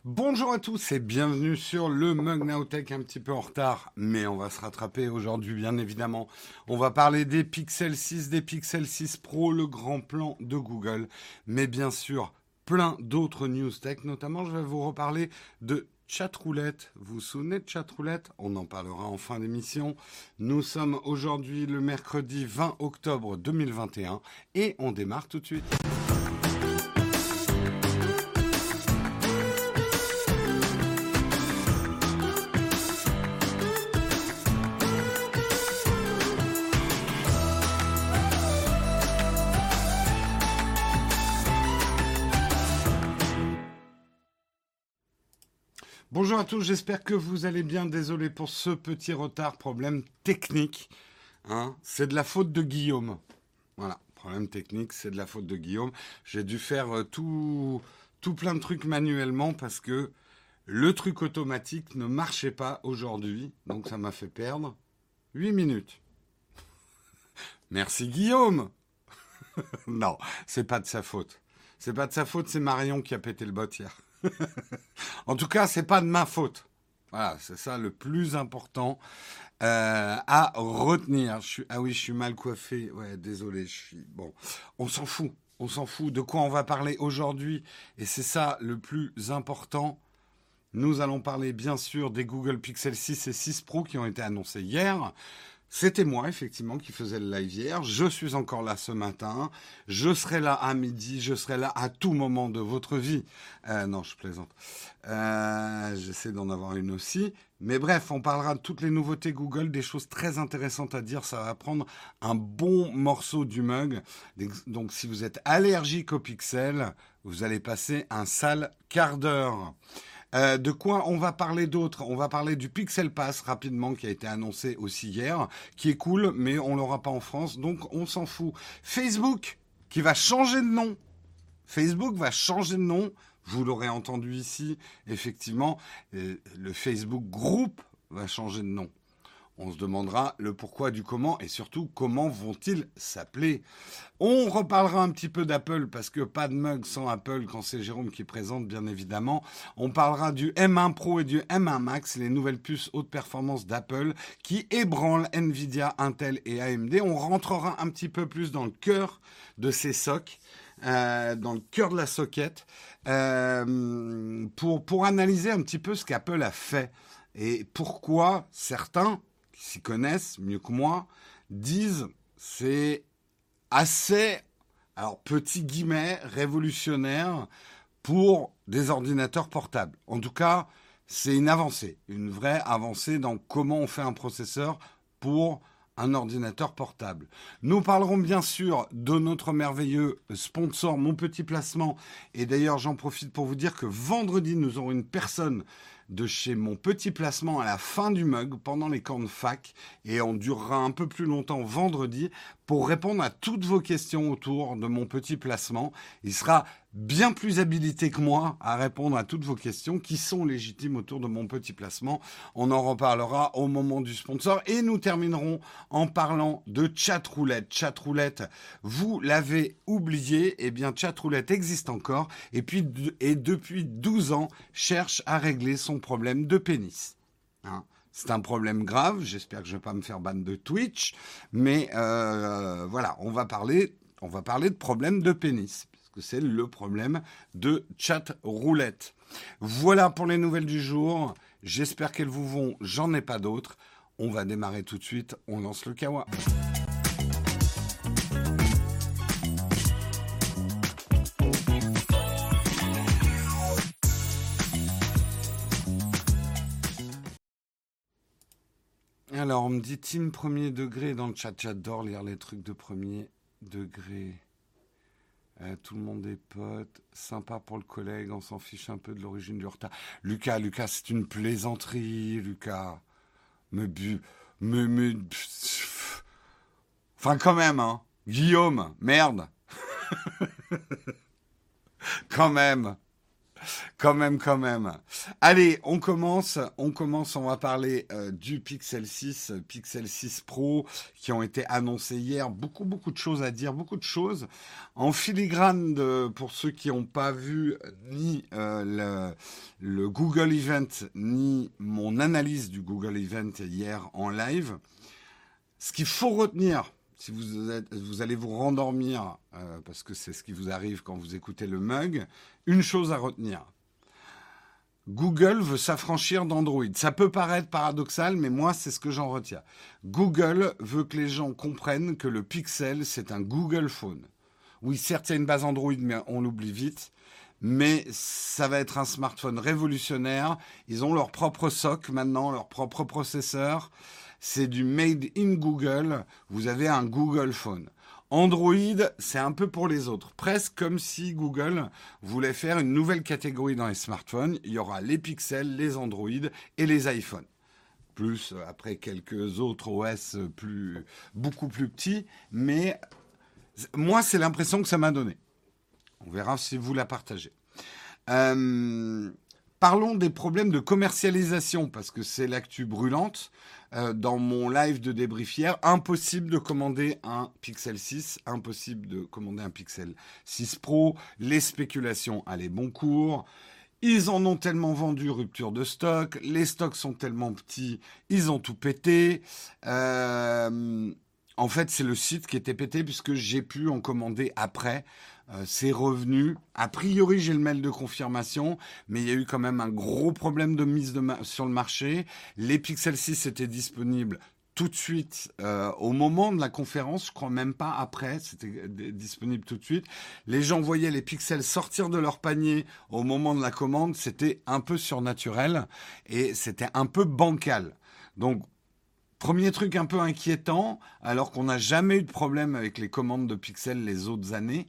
Bonjour à tous et bienvenue sur le Mug Now Tech, un petit peu en retard, mais on va se rattraper aujourd'hui bien évidemment. On va parler des Pixel 6, des Pixel 6 Pro, le grand plan de Google, mais bien sûr plein d'autres news tech, notamment je vais vous reparler de Chatroulette. Vous vous souvenez de Chatroulette? On en parlera en fin d'émission. Nous sommes aujourd'hui le mercredi 20 octobre 2021 et on démarre tout de suite. Bonjour à tous, j'espère que vous allez bien. Désolé pour ce petit retard, problème technique. Hein, c'est de la faute de Guillaume. Voilà, problème technique, c'est de la faute de Guillaume. J'ai dû faire tout plein de trucs manuellement parce que le truc automatique ne marchait pas aujourd'hui. Donc ça m'a fait perdre 8 minutes. Merci Guillaume. Non, c'est pas de sa faute. C'est pas de sa faute, c'est Marion qui a pété le bot hier. En tout cas, c'est pas de ma faute. Voilà, c'est ça le plus important à retenir. Ah oui, je suis mal coiffé. Ouais, désolé, je suis... Bon, on s'en fout. On s'en fout. De quoi on va parler aujourd'hui? Et c'est ça le plus important. Nous allons parler bien sûr des Google Pixel 6 et 6 Pro qui ont été annoncés hier. C'était moi, effectivement, qui faisais le live hier. Je suis encore là ce matin. Je serai là à midi. Je serai là à tout moment de votre vie. Non, je plaisante. J'essaie d'en avoir une aussi. Mais bref, on parlera de toutes les nouveautés Google, des choses très intéressantes à dire. Ça va prendre un bon morceau du mug. Donc, si vous êtes allergique aux pixels, vous allez passer un sale quart d'heure. De quoi on va parler d'autre? On va parler du Pixel Pass rapidement qui a été annoncé aussi hier, qui est cool, mais on l'aura pas en France, donc on s'en fout. Facebook qui va changer de nom. Facebook va changer de nom. Vous l'aurez entendu ici, effectivement, le Facebook Group va changer de nom. On se demandera le pourquoi du comment et surtout comment vont-ils s'appeler. On reparlera un petit peu d'Apple parce que pas de mug sans Apple quand c'est Jérôme qui présente bien évidemment. On parlera du M1 Pro et du M1 Max, les nouvelles puces haute performance d'Apple qui ébranlent Nvidia, Intel et AMD. On rentrera un petit peu plus dans le cœur de ces SoC. Dans le cœur de la socket pour analyser un petit peu ce qu'Apple a fait et pourquoi certains qui s'y connaissent mieux que moi disent c'est assez, alors petit guillemets, révolutionnaire pour des ordinateurs portables. En tout cas, c'est une avancée, une vraie avancée dans comment on fait un processeur pour un ordinateur portable. Nous parlerons bien sûr de notre merveilleux sponsor, Mon Petit Placement. Et d'ailleurs, j'en profite pour vous dire que vendredi, nous aurons une personne de chez Mon Petit Placement à la fin du mug, pendant les camps de fac. Et on durera un peu plus longtemps vendredi pour répondre à toutes vos questions autour de Mon Petit Placement. Il sera bien plus habilité que moi à répondre à toutes vos questions qui sont légitimes autour de Mon Petit Placement. On en reparlera au moment du sponsor et nous terminerons en parlant de Chatroulette. Chatroulette, vous l'avez oublié, eh bien Chatroulette existe encore et depuis 12 ans cherche à régler son problème de pénis. Hein, c'est un problème grave, j'espère que je ne vais pas me faire ban de Twitch, mais voilà, on va parler de problème de pénis. Que c'est le problème de Chatroulette. Voilà pour les nouvelles du jour. J'espère qu'elles vous vont. J'en ai pas d'autres. On va démarrer tout de suite. On lance le kawa. Alors, on me dit team premier degré dans le chat. J'adore lire les trucs de premier degré. Tout le monde est pote, sympa pour le collègue, on s'en fiche un peu de l'origine du retard. Lucas, c'est une plaisanterie, Lucas. Enfin, quand même, hein. Guillaume, merde. Quand même. Quand même, quand même. Allez, on va parler du Pixel 6 Pro, qui ont été annoncés hier. Beaucoup, beaucoup de choses à dire, beaucoup de choses. En filigrane, pour ceux qui n'ont pas vu ni le Google Event, ni mon analyse du Google Event hier en live, ce qu'il faut retenir, si vous allez vous rendormir, parce que c'est ce qui vous arrive quand vous écoutez le mug, une chose à retenir. Google veut s'affranchir d'Android. Ça peut paraître paradoxal, mais moi, c'est ce que j'en retiens. Google veut que les gens comprennent que le Pixel, c'est un Google Phone. Oui, certes, il y a une base Android, mais on l'oublie vite. Mais ça va être un smartphone révolutionnaire. Ils ont leur propre SoC maintenant, leur propre processeur. C'est du made in Google. Vous avez un Google Phone. Android, c'est un peu pour les autres. Presque comme si Google voulait faire une nouvelle catégorie dans les smartphones. Il y aura les Pixels, les Android et les iPhones. Plus, après, quelques autres OS beaucoup plus petits. Mais moi, c'est l'impression que ça m'a donné. On verra si vous la partagez. Parlons des problèmes de commercialisation, parce que c'est l'actu brûlante. Dans mon live de débrief hier, impossible de commander un Pixel 6, impossible de commander un Pixel 6 Pro. Les spéculations allaient bon cours. Ils en ont tellement vendu, rupture de stock. Les stocks sont tellement petits, ils ont tout pété. En fait, c'est le site qui était pété puisque j'ai pu en commander après. C'est revenu. A priori, j'ai le mail de confirmation, mais il y a eu quand même un gros problème de mise sur le marché. Les Pixel 6 étaient disponibles tout de suite au moment de la conférence, je crois même pas après, c'était disponible tout de suite. Les gens voyaient les Pixels sortir de leur panier au moment de la commande, c'était un peu surnaturel et c'était un peu bancal. Donc, premier truc un peu inquiétant, alors qu'on n'a jamais eu de problème avec les commandes de Pixel les autres années.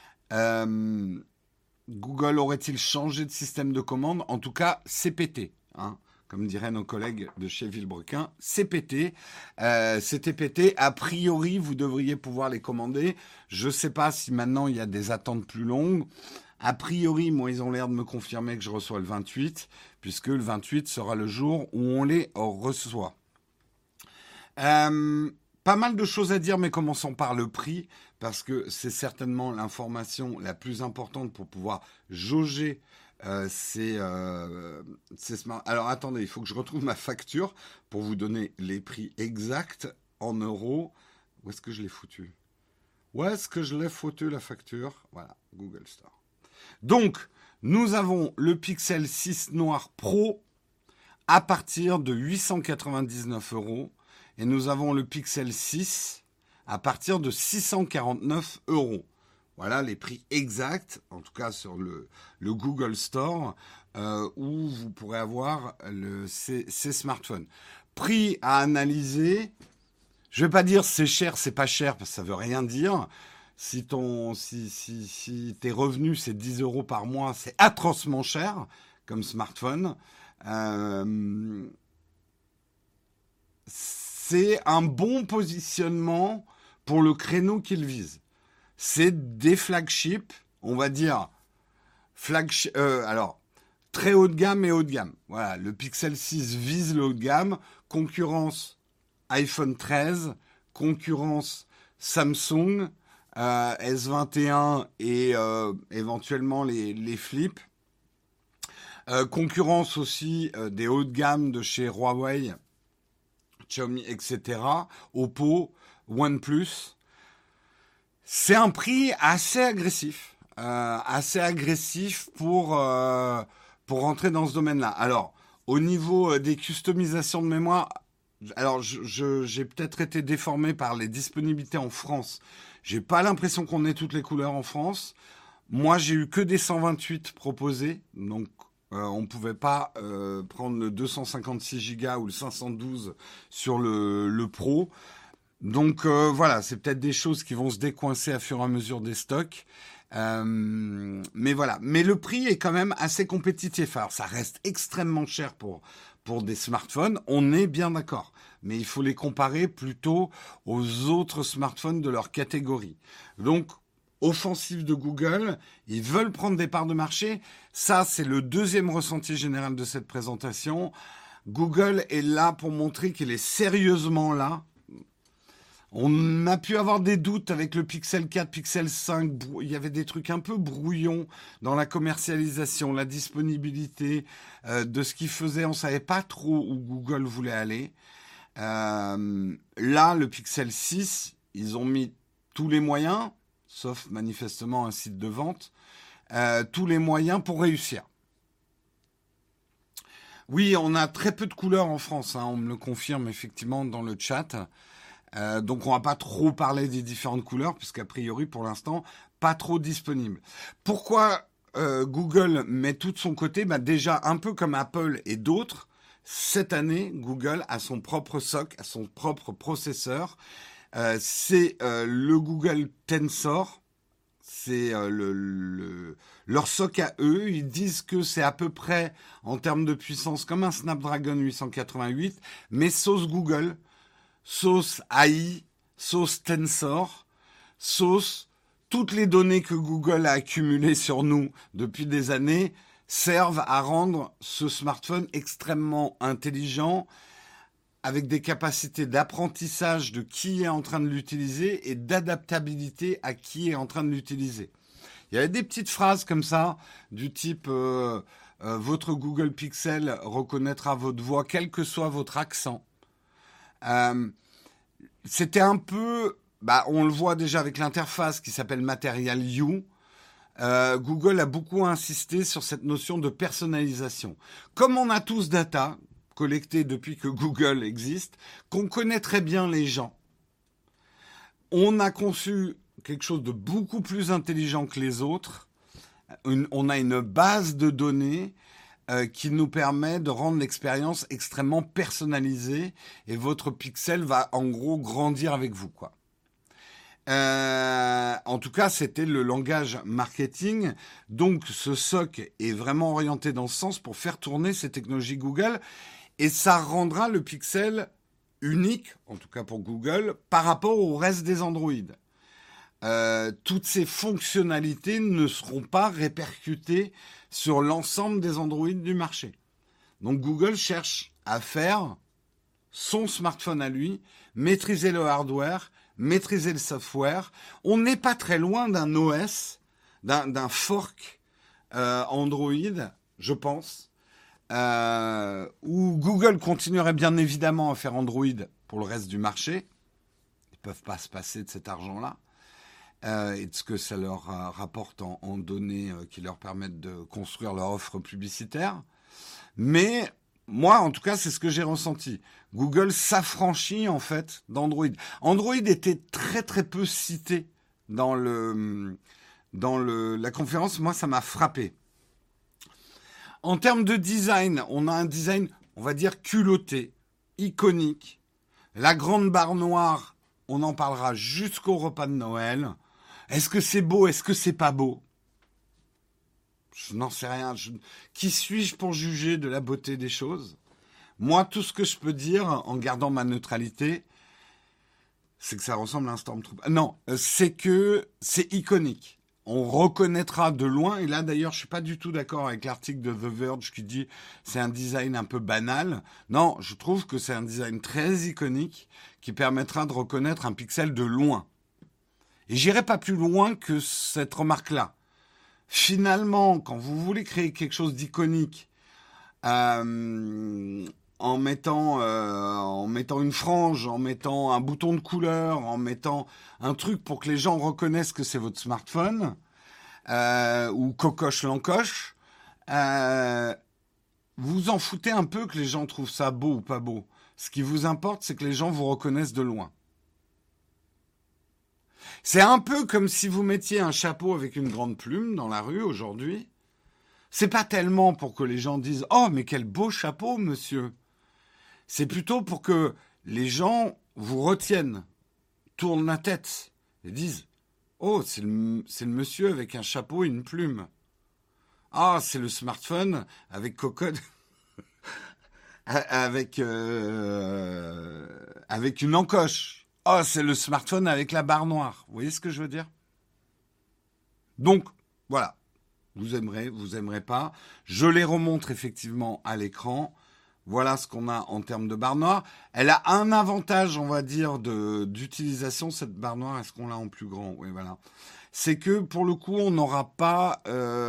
Google aurait-il changé de système de commande? En tout cas, c'est pété, hein. Comme diraient nos collègues de chez Villebrequin, c'est pété. C'était pété. A priori, vous devriez pouvoir les commander. Je ne sais pas si maintenant il y a des attentes plus longues. A priori, moi, ils ont l'air de me confirmer que je reçois le 28, puisque le 28 sera le jour où on les reçoit. Pas mal de choses à dire, mais commençons par le prix, parce que c'est certainement l'information la plus importante pour pouvoir jauger ces smart. Alors attendez, il faut que je retrouve ma facture pour vous donner les prix exacts en euros. Où est-ce que je l'ai foutu? Où est-ce que je l'ai foutu la facture? Voilà, Google Store. Donc, nous avons le Pixel 6 Noir Pro à partir de 899 €. Et nous avons le Pixel 6 à partir de 649 €. Voilà les prix exacts, en tout cas sur le Google Store, où vous pourrez avoir ces smartphones. Prix à analyser, je ne vais pas dire c'est cher, c'est pas cher, parce que ça ne veut rien dire. Si tes revenus, c'est 10 € par mois, c'est atrocement cher comme smartphone. C'est un bon positionnement pour le créneau qu'il vise. C'est des flagships, on va dire, alors, très haut de gamme et haut de gamme. Voilà, le Pixel 6 vise le haut de gamme, concurrence iPhone 13, concurrence Samsung, S21 et éventuellement les flips. Concurrence aussi des hauts de gamme de chez Huawei, Xiaomi, etc., Oppo, OnePlus. C'est un prix assez agressif pour rentrer dans ce domaine-là. Alors, au niveau des customisations de mémoire, alors j'ai peut-être été déformé par les disponibilités en France. J'ai pas l'impression qu'on ait toutes les couleurs en France. Moi, j'ai eu que des 128 proposés, donc on ne pouvait pas prendre le 256 Go ou le 512 sur le Pro. Donc voilà, c'est peut-être des choses qui vont se décoincer à fur et à mesure des stocks. Mais voilà. Mais le prix est quand même assez compétitif. Alors ça reste extrêmement cher pour des smartphones, on est bien d'accord. Mais il faut les comparer plutôt aux autres smartphones de leur catégorie. Donc, offensive de Google. Ils veulent prendre des parts de marché. Ça, c'est le deuxième ressenti général de cette présentation. Google est là pour montrer qu'il est sérieusement là. On a pu avoir des doutes avec le Pixel 4, Pixel 5. Il y avait des trucs un peu brouillons dans la commercialisation, la disponibilité de ce qu'ils faisaient. On ne savait pas trop où Google voulait aller. Là, le Pixel 6, ils ont mis tous les moyens, sauf manifestement un site de vente, tous les moyens pour réussir. Oui, on a très peu de couleurs en France, hein, on me le confirme effectivement dans le chat. Donc on va pas trop parler des différentes couleurs, puisqu'a priori pour l'instant, pas trop disponible. Pourquoi Google met tout de son côté? Déjà, un peu comme Apple et d'autres, cette année, Google a son propre SoC, a son propre processeur. C'est le Google Tensor. C'est leur SoC à eux. Ils disent que c'est à peu près, en termes de puissance, comme un Snapdragon 888, mais sauce Google, sauce AI, sauce Tensor, sauce toutes les données que Google a accumulées sur nous depuis des années servent à rendre ce smartphone extrêmement intelligent, avec des capacités d'apprentissage de qui est en train de l'utiliser et d'adaptabilité à qui est en train de l'utiliser. Il y avait des petites phrases comme ça, du type votre Google Pixel reconnaîtra votre voix, quel que soit votre accent. C'était un peu, on le voit déjà avec l'interface qui s'appelle Material You. Google a beaucoup insisté sur cette notion de personnalisation. Comme on a tous data collectée depuis que Google existe, qu'on connaît très bien les gens, on a conçu quelque chose de beaucoup plus intelligent que les autres. On a une base de données qui nous permet de rendre l'expérience extrêmement personnalisée et votre pixel va en gros grandir avec vous, quoi. En tout cas, c'était le langage marketing. Donc, ce SoC est vraiment orienté dans ce sens pour faire tourner ces technologies Google et ça rendra le Pixel unique, en tout cas pour Google, par rapport au reste des Android. Toutes ces fonctionnalités ne seront pas répercutées sur l'ensemble des Android du marché. Donc Google cherche à faire son smartphone à lui, maîtriser le hardware, maîtriser le software. On n'est pas très loin d'un OS, d'un fork Android, je pense, où Google continuerait bien évidemment à faire Android pour le reste du marché. Ils ne peuvent pas se passer de cet argent-là. Et de ce que ça leur rapporte en données qui leur permettent de construire leur offre publicitaire. Mais moi, en tout cas, c'est ce que j'ai ressenti. Google s'affranchit en fait d'Android. Android était très très peu cité dans la conférence. Moi, ça m'a frappé. En termes de design, on a un design, on va dire, culotté, iconique. La grande barre noire, on en parlera jusqu'au repas de Noël. Est-ce que c'est beau? Est-ce que c'est pas beau? Je n'en sais rien. Qui suis-je pour juger de la beauté des choses? Moi, tout ce que je peux dire, en gardant ma neutralité, c'est que ça ressemble à un Stormtrooper. Non, c'est que c'est iconique. On reconnaîtra de loin, et là d'ailleurs je suis pas du tout d'accord avec l'article de The Verge qui dit c'est un design un peu banal. Non, je trouve que c'est un design très iconique qui permettra de reconnaître un pixel de loin. Et j'irai pas plus loin que cette remarque-là. Finalement, quand vous voulez créer quelque chose d'iconique, en mettant une frange, en mettant un bouton de couleur, en mettant un truc pour que les gens reconnaissent que c'est votre smartphone, ou cocoche l'encoche, vous en foutez un peu que les gens trouvent ça beau ou pas beau. Ce qui vous importe, c'est que les gens vous reconnaissent de loin. C'est un peu comme si vous mettiez un chapeau avec une grande plume dans la rue aujourd'hui. C'est pas tellement pour que les gens disent « Oh, mais quel beau chapeau, monsieur !» C'est plutôt pour que les gens vous retiennent, tournent la tête et disent « Oh, c'est le monsieur avec un chapeau et une plume. Ah, c'est le smartphone avec cocotte, avec une encoche. Oh, c'est le smartphone avec la barre noire. » Vous voyez ce que je veux dire? Donc, voilà. Vous aimerez, vous aimerez pas. Je les remontre effectivement à l'écran. Voilà ce qu'on a en termes de barre noire. Elle a un avantage, on va dire, d'utilisation, cette barre noire. Est-ce qu'on l'a en plus grand? Oui, voilà. C'est que, pour le coup, on n'aura pas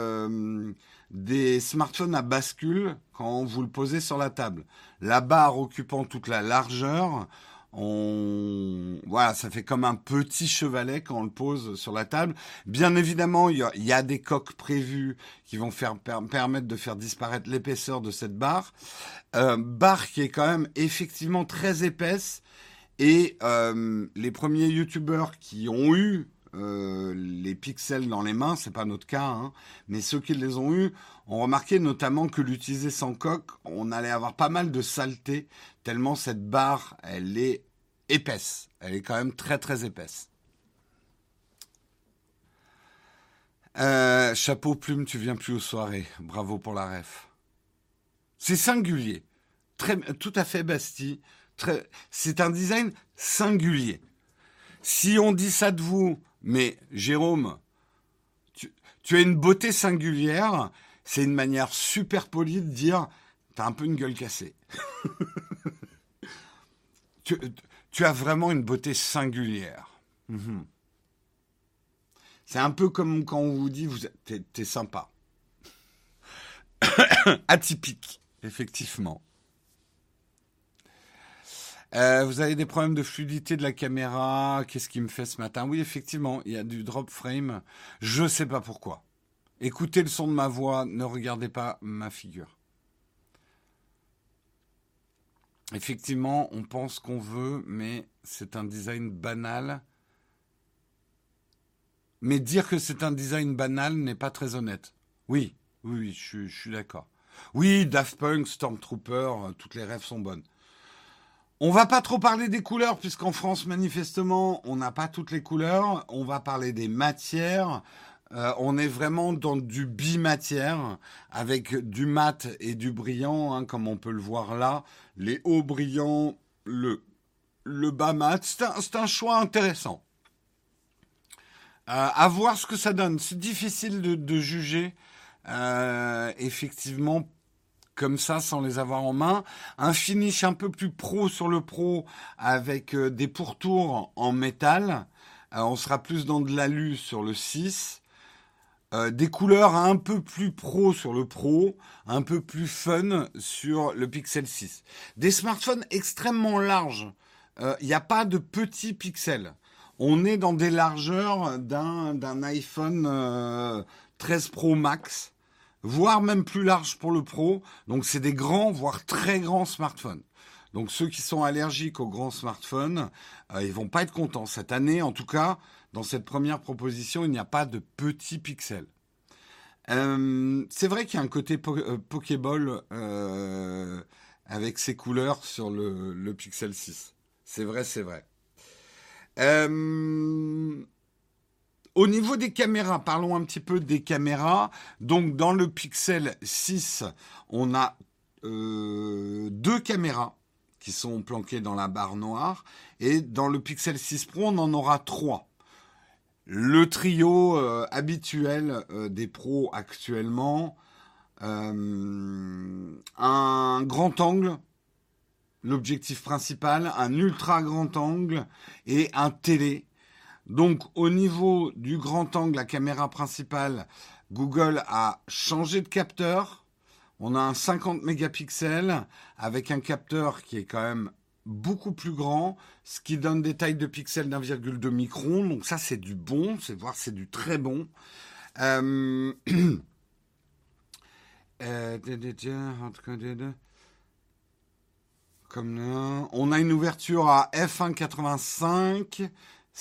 des smartphones à bascule quand vous le posez sur la table. La barre occupant toute la largeur, voilà, ça fait comme un petit chevalet quand on le pose sur la table. Bien évidemment, il y a des coques prévues qui vont permettre de faire disparaître l'épaisseur de cette barre. Barre qui est quand même effectivement très épaisse. Et les premiers youtubeurs qui ont eu les pixels dans les mains, c'est pas notre cas, hein, mais ceux qui les ont eu ont remarqué notamment que l'utiliser sans coque, on allait avoir pas mal de saleté, tellement cette barre, elle est épaisse. Elle est quand même très très épaisse. Chapeau plume, tu viens plus aux soirées. Bravo pour la ref. C'est singulier. Tout à fait Bastille. C'est un design singulier. Si on dit ça de vous, mais Jérôme, tu as une beauté singulière, c'est une manière super polie de dire t'as un peu une gueule cassée. tu as vraiment une beauté singulière. Mm-hmm. C'est un peu comme quand on vous dit t'es sympa. Atypique, effectivement. Vous avez des problèmes de fluidité de la caméra. Qu'est-ce qui me fait ce matin? Oui, effectivement, il y a du drop frame. Je ne sais pas pourquoi. Écoutez le son de ma voix, ne regardez pas ma figure. Effectivement, on pense qu'on veut, mais c'est un design banal. Mais dire que c'est un design banal n'est pas très honnête. Oui, je suis d'accord. Oui, Daft Punk, Stormtrooper, toutes les rêves sont bonnes. On va pas trop parler des couleurs, puisqu'en France, manifestement, on n'a pas toutes les couleurs. On va parler des matières. On est vraiment dans du bimatière, avec du mat et du brillant, hein, comme on peut le voir là. Les hauts brillants, le bas mat. C'est un choix intéressant. À voir ce que ça donne. C'est difficile de juger, effectivement, comme ça, sans les avoir en main. Un finish un peu plus pro sur le pro, avec des pourtours en métal. On sera plus dans de l'alu sur le 6. Des couleurs un peu plus pro sur le pro, un peu plus fun sur le Pixel 6. Des smartphones extrêmement larges. Il n'y a pas de petits pixels. On est dans des largeurs d'un iPhone 13 Pro Max, voire même plus large pour le Pro. Donc c'est des grands, voire très grands smartphones. Donc ceux qui sont allergiques aux grands smartphones, ils vont pas être contents. Cette année, en tout cas, dans cette première proposition, il n'y a pas de petits pixels. C'est vrai qu'il y a un côté Pokéball avec ses couleurs sur le Pixel 6. C'est vrai, c'est vrai. Au niveau des caméras, parlons un petit peu des caméras. Donc dans le Pixel 6, on a 2 caméras qui sont planquées dans la barre noire. Et dans le Pixel 6 Pro, on en aura 3. Le trio habituel des pros actuellement. Un grand angle, l'objectif principal, un ultra grand angle et un télé. Donc au niveau du grand angle, la caméra principale, Google a changé de capteur. On a un 50 mégapixels avec un capteur qui est quand même beaucoup plus grand, ce qui donne des tailles de pixels d'1,2 micron. Donc ça, c'est du bon, c'est du très bon. Comme là, on a une ouverture à f1.85.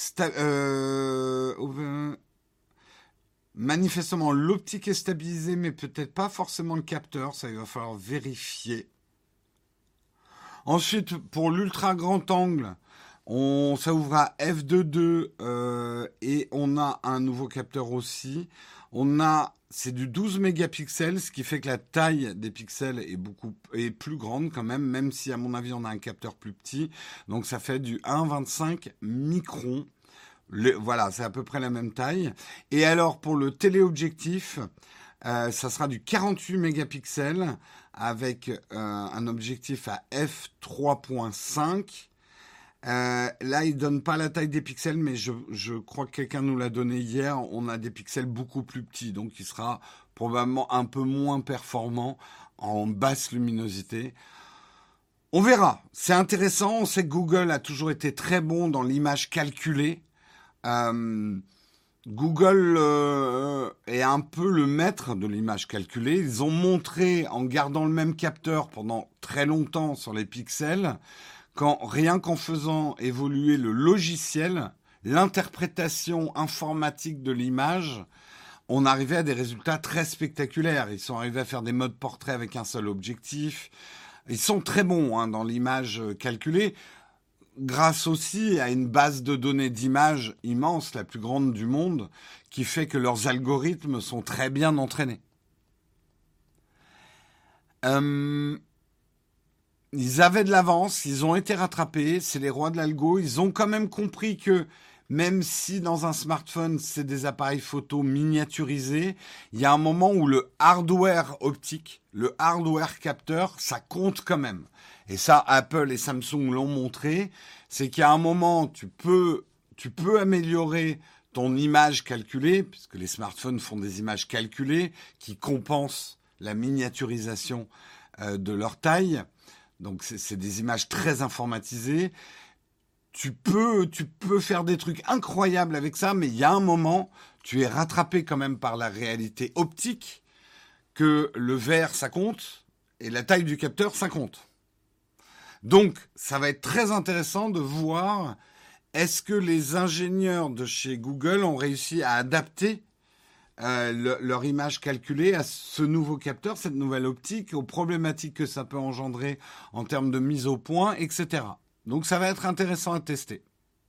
Manifestement, l'optique est stabilisée, mais peut-être pas forcément le capteur. Ça, il va falloir vérifier. Ensuite, pour l'ultra grand angle, ça ouvre à f2.2 et on a un nouveau capteur aussi. C'est du 12 mégapixels, ce qui fait que la taille des pixels est plus grande quand même si à mon avis on a un capteur plus petit. Donc ça fait du 1,25 micron Voilà, c'est à peu près la même taille. Et alors, pour le téléobjectif, ça sera du 48 mégapixels avec un objectif à f3.5. Là, il donne pas la taille des pixels, mais je crois que quelqu'un nous l'a donné hier. On a des pixels beaucoup plus petits, donc il sera probablement un peu moins performant en basse luminosité. On verra. C'est intéressant. On sait que Google a toujours été très bon dans l'image calculée. Euh, Google est un peu le maître de l'image calculée. Ils ont montré, en gardant le même capteur pendant très longtemps sur les pixels, rien qu'en faisant évoluer le logiciel, l'interprétation informatique de l'image, on arrivait à des résultats très spectaculaires. Ils sont arrivés à faire des modes portrait avec un seul objectif. Ils sont très bons dans l'image calculée, grâce aussi à une base de données d'images immense, la plus grande du monde, qui fait que leurs algorithmes sont très bien entraînés. Ils avaient de l'avance, ils ont été rattrapés, c'est les rois de l'algo. Ils ont quand même compris que même si dans un smartphone, c'est des appareils photo miniaturisés, il y a un moment où le hardware optique, le hardware capteur, ça compte quand même. Et ça, Apple et Samsung l'ont montré, c'est qu'il y a un moment, tu peux améliorer ton image calculée, puisque les smartphones font des images calculées qui compensent la miniaturisation de leur taille. Donc c'est des images très informatisées. Tu peux faire des trucs incroyables avec ça, mais il y a un moment, tu es rattrapé quand même par la réalité optique, que le vert, ça compte, et la taille du capteur, ça compte. Donc, ça va être très intéressant de voir, est-ce que les ingénieurs de chez Google ont réussi à adapter leur image calculée à ce nouveau capteur, cette nouvelle optique, aux problématiques que ça peut engendrer en termes de mise au point, etc. Donc ça va être intéressant à tester.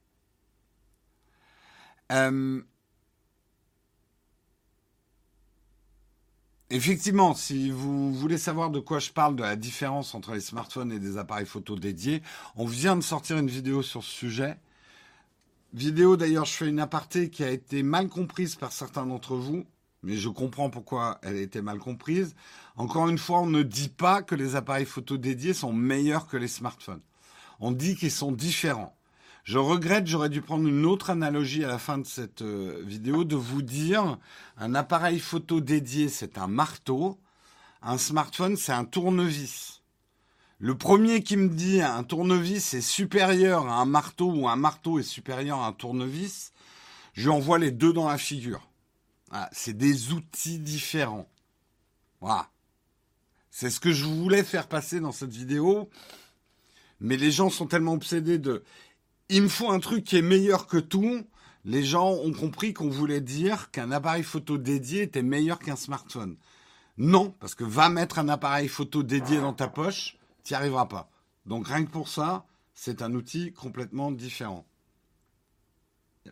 Effectivement, si vous voulez savoir de quoi je parle, de la différence entre les smartphones et des appareils photo dédiés, on vient de sortir une vidéo sur ce sujet. Vidéo d'ailleurs, je fais une aparté qui a été mal comprise par certains d'entre vous, mais je comprends pourquoi elle a été mal comprise. Encore une fois, on ne dit pas que les appareils photo dédiés sont meilleurs que les smartphones. On dit qu'ils sont différents. Je regrette, j'aurais dû prendre une autre analogie à la fin de cette vidéo, de vous dire, un appareil photo dédié, c'est un marteau, un smartphone, c'est un tournevis. Le premier qui me dit un tournevis est supérieur à un marteau ou un marteau est supérieur à un tournevis, je lui envoie les deux dans la figure. Voilà, c'est des outils différents. Voilà. C'est ce que je voulais faire passer dans cette vidéo, mais les gens sont tellement obsédés de « il me faut un truc qui est meilleur que tout », les gens ont compris qu'on voulait dire qu'un appareil photo dédié était meilleur qu'un smartphone. Non, parce que va mettre un appareil photo dédié dans ta poche, tu n'y arriveras pas. Donc rien que pour ça, c'est un outil complètement différent. Yep.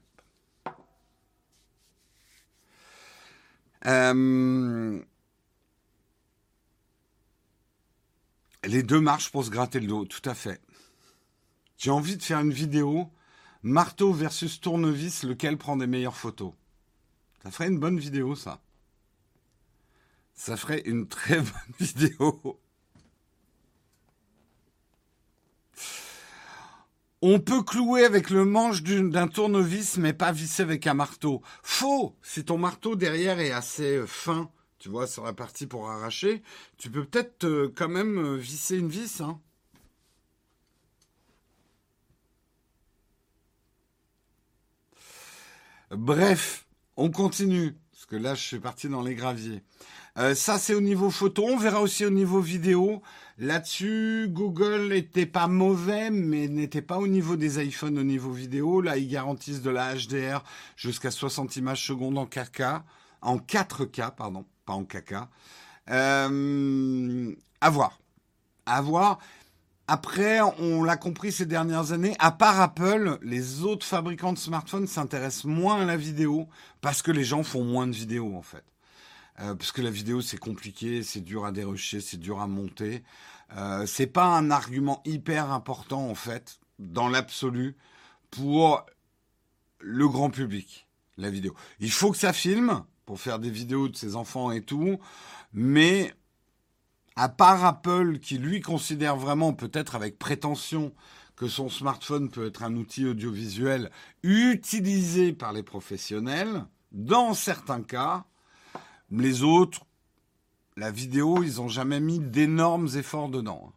Les deux marchent pour se gratter le dos, tout à fait. J'ai envie de faire une vidéo, marteau versus tournevis, lequel prend des meilleures photos. Ça ferait une bonne vidéo, ça. Ça ferait une très bonne vidéo. On peut clouer avec le manche d'un tournevis, mais pas visser avec un marteau. Faux! Si ton marteau derrière est assez fin, tu vois, sur la partie pour arracher, tu peux peut-être quand même visser une vis, hein. Bref, on continue, parce que là, je suis parti dans les graviers. Ça, c'est au niveau photo. On verra aussi au niveau vidéo. Là-dessus, Google n'était pas mauvais, mais n'était pas au niveau des iPhones au niveau vidéo. Là, ils garantissent de la HDR jusqu'à 60 images secondes en 4K. En 4K, pardon, pas en KK. À voir. À voir. Après, on l'a compris ces dernières années, à part Apple, les autres fabricants de smartphones s'intéressent moins à la vidéo parce que les gens font moins de vidéos en fait. Parce que la vidéo c'est compliqué, c'est dur à dérocher, c'est dur à monter. C'est pas un argument hyper important en fait, dans l'absolu, pour le grand public, la vidéo. Il faut que ça filme pour faire des vidéos de ses enfants et tout, mais à part Apple qui lui considère vraiment, peut-être avec prétention, que son smartphone peut être un outil audiovisuel utilisé par les professionnels, dans certains cas, les autres, la vidéo, ils n'ont jamais mis d'énormes efforts dedans.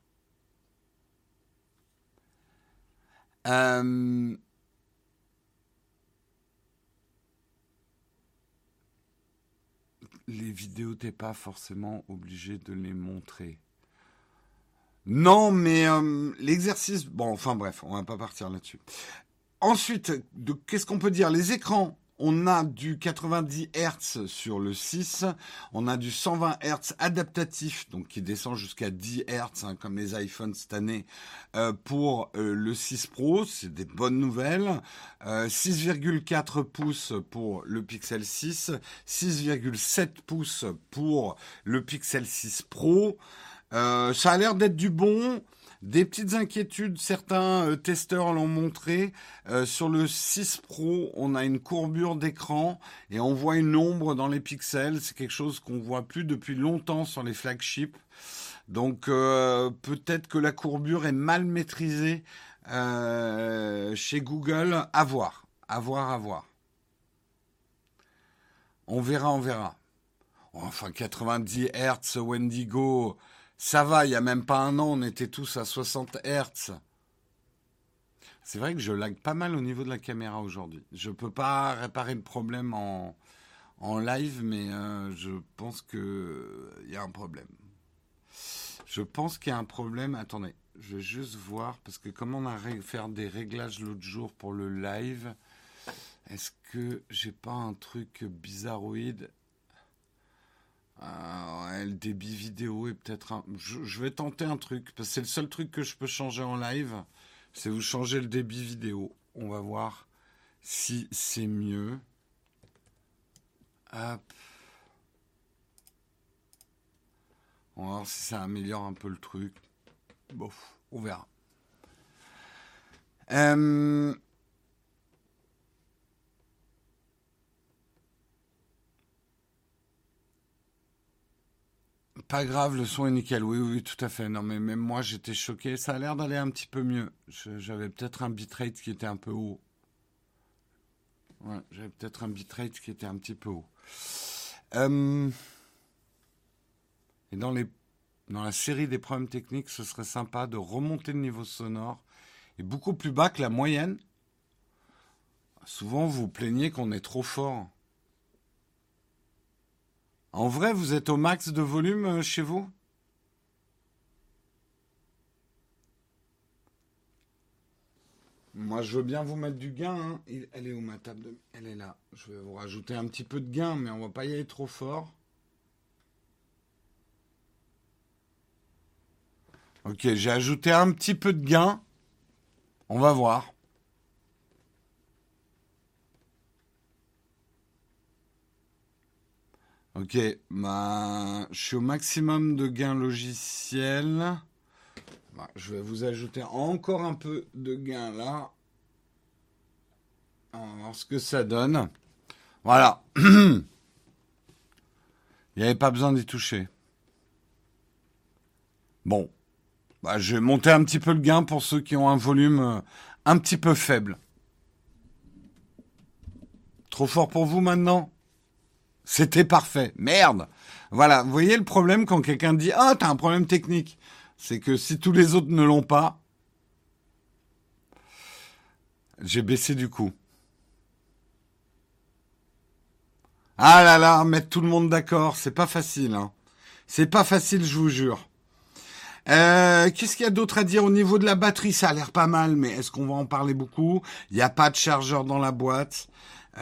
Les vidéos, t'es pas forcément obligé de les montrer. Non, mais l'exercice... Bon, enfin bref, on va pas partir là-dessus. Ensuite, qu'est-ce qu'on peut dire? Les écrans, on a du 90 Hz sur le 6, on a du 120 Hz adaptatif, donc qui descend jusqu'à 10 Hz, hein, comme les iPhones cette année, pour le 6 Pro, c'est des bonnes nouvelles. 6,4 pouces pour le Pixel 6, 6,7 pouces pour le Pixel 6 Pro. Ça a l'air d'être du bon. Des petites inquiétudes, certains testeurs l'ont montré. Sur le 6 Pro, on a une courbure d'écran et on voit une ombre dans les pixels. C'est quelque chose qu'on voit plus depuis longtemps sur les flagships. Donc peut-être que la courbure est mal maîtrisée chez Google. À voir, à voir, à voir. On verra, on verra. Enfin, 90 Hz, Wendigo... Ça va, il n'y a même pas un an, on était tous à 60 Hz. C'est vrai que je lag pas mal au niveau de la caméra aujourd'hui. Je ne peux pas réparer le problème en live, mais je pense qu'il y a un problème. Je pense qu'il y a un problème. Attendez, je vais juste voir, parce que comme on a fait des réglages l'autre jour pour le live, est-ce que j'ai pas un truc bizarroïde ? Le débit vidéo est peut-être un... Je vais tenter un truc, parce que c'est le seul truc que je peux changer en live, c'est vous changer le débit vidéo. On va voir si c'est mieux. Hop. On va voir si ça améliore un peu le truc. Bof, on verra. Pas grave, le son est nickel. Oui, oui, tout à fait. Non, mais même moi, j'étais choqué. Ça a l'air d'aller un petit peu mieux. J'avais peut-être un bitrate qui était un peu haut. Ouais, j'avais peut-être un bitrate qui était un petit peu haut. Et dans la série des problèmes techniques, ce serait sympa de remonter le niveau sonore et beaucoup plus bas que la moyenne. Souvent, vous vous plaignez qu'on est trop fort. En vrai, vous êtes au max de volume chez vous? Moi, je veux bien vous mettre du gain. Hein. Elle est où ma table Elle est là. Je vais vous rajouter un petit peu de gain, mais on va pas y aller trop fort. Ok, j'ai ajouté un petit peu de gain. On va voir. Ok, je suis au maximum de gain logiciel. Je vais vous ajouter encore un peu de gain là. On va voir ce que ça donne. Voilà. Il n'y avait pas besoin d'y toucher. Bon. Je vais monter un petit peu le gain pour ceux qui ont un volume un petit peu faible. Trop fort pour vous maintenant? C'était parfait. Merde. Voilà. Vous voyez le problème quand quelqu'un dit « Ah, t'as un problème technique ». C'est que si tous les autres ne l'ont pas, j'ai baissé du coup. Ah là là, mettre tout le monde d'accord, c'est pas facile. Hein. C'est pas facile, je vous jure. Qu'est-ce qu'il y a d'autre à dire au niveau de la batterie? Ça a l'air pas mal, mais est-ce qu'on va en parler beaucoup? Il n'y a pas de chargeur dans la boîte. On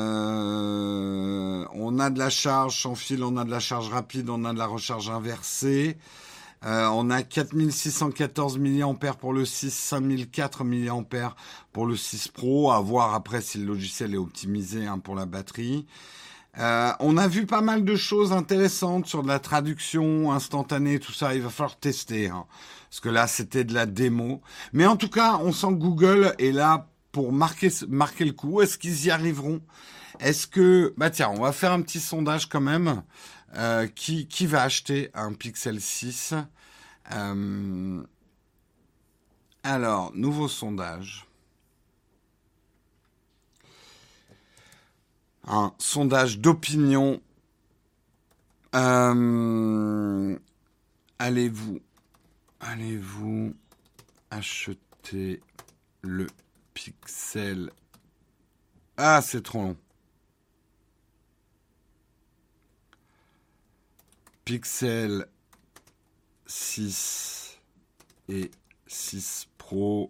a de la charge sans fil, on a de la charge rapide, on a de la recharge inversée. On a 4614 mAh pour le 6, 5004 mAh pour le 6 Pro. À voir après si le logiciel est optimisé pour la batterie. On a vu pas mal de choses intéressantes sur de la traduction instantanée, tout ça. Il va falloir tester. Parce que là, c'était de la démo. Mais en tout cas, on sent que Google est là pour marquer le coup. Est-ce qu'ils y arriveront? Est-ce que... Bah tiens, on va faire un petit sondage quand même. Qui va acheter un Pixel 6? Alors, nouveau sondage. Un sondage d'opinion. Allez-vous acheter le Pixel? Ah, c'est trop long. Pixel 6 et 6 Pro.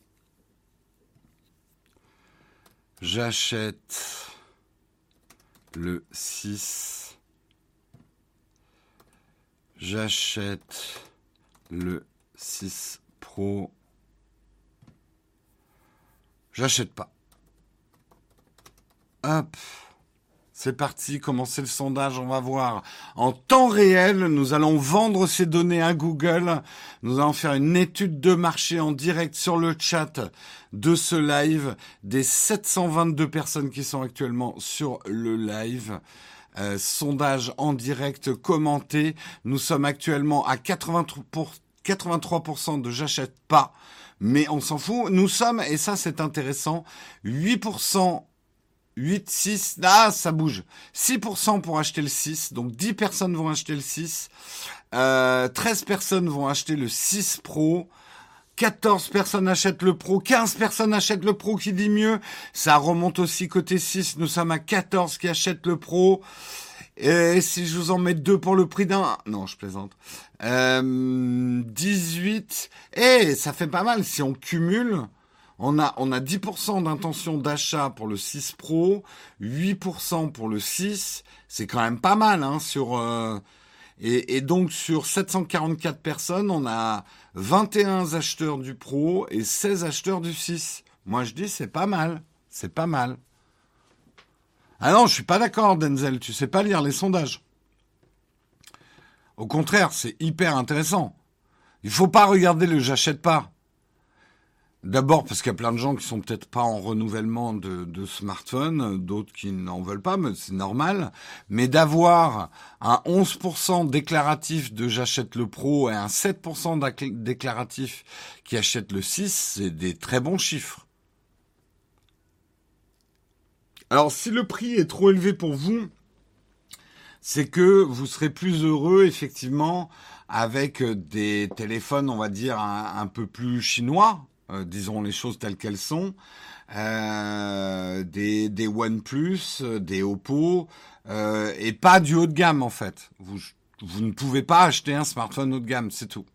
J'achète le 6. J'achète le 6 Pro. J'achète pas. Hop. C'est parti, commencez le sondage, on va voir. En temps réel, nous allons vendre ces données à Google. Nous allons faire une étude de marché en direct sur le chat de ce live. Des 722 personnes qui sont actuellement sur le live. Sondage en direct commenté. Nous sommes actuellement à 83% de j'achète pas. Mais on s'en fout. Nous sommes, et ça c'est intéressant, 8%. 8, 6, ça bouge. 6% pour acheter le 6, donc 10 personnes vont acheter le 6. 13 personnes vont acheter le 6 Pro. 14 personnes achètent le Pro. 15 personnes achètent le Pro, qui dit mieux. Ça remonte aussi côté 6. Nous sommes à 14 qui achètent le Pro. Et si je vous en mets 2 pour le prix d'un... Non, je plaisante. 18. Ça fait pas mal si on cumule... On a 10% d'intention d'achat pour le 6 Pro, 8% pour le 6. C'est quand même pas mal, hein, et donc, sur 744 personnes, on a 21 acheteurs du Pro et 16 acheteurs du 6. Moi, je dis, c'est pas mal. C'est pas mal. Ah non, je suis pas d'accord, Denzel. Tu sais pas lire les sondages. Au contraire, c'est hyper intéressant. Il faut pas regarder le j'achète pas. D'abord parce qu'il y a plein de gens qui sont peut-être pas en renouvellement de smartphone, d'autres qui n'en veulent pas, mais c'est normal. Mais d'avoir un 11% déclaratif de j'achète le Pro et un 7% déclaratif qui achète le 6, c'est des très bons chiffres. Alors si le prix est trop élevé pour vous, c'est que vous serez plus heureux effectivement avec des téléphones, on va dire, un peu plus chinois. Disons les choses telles qu'elles sont, des OnePlus, des Oppo, et pas du haut de gamme en fait. Vous ne pouvez pas acheter un smartphone haut de gamme, c'est tout.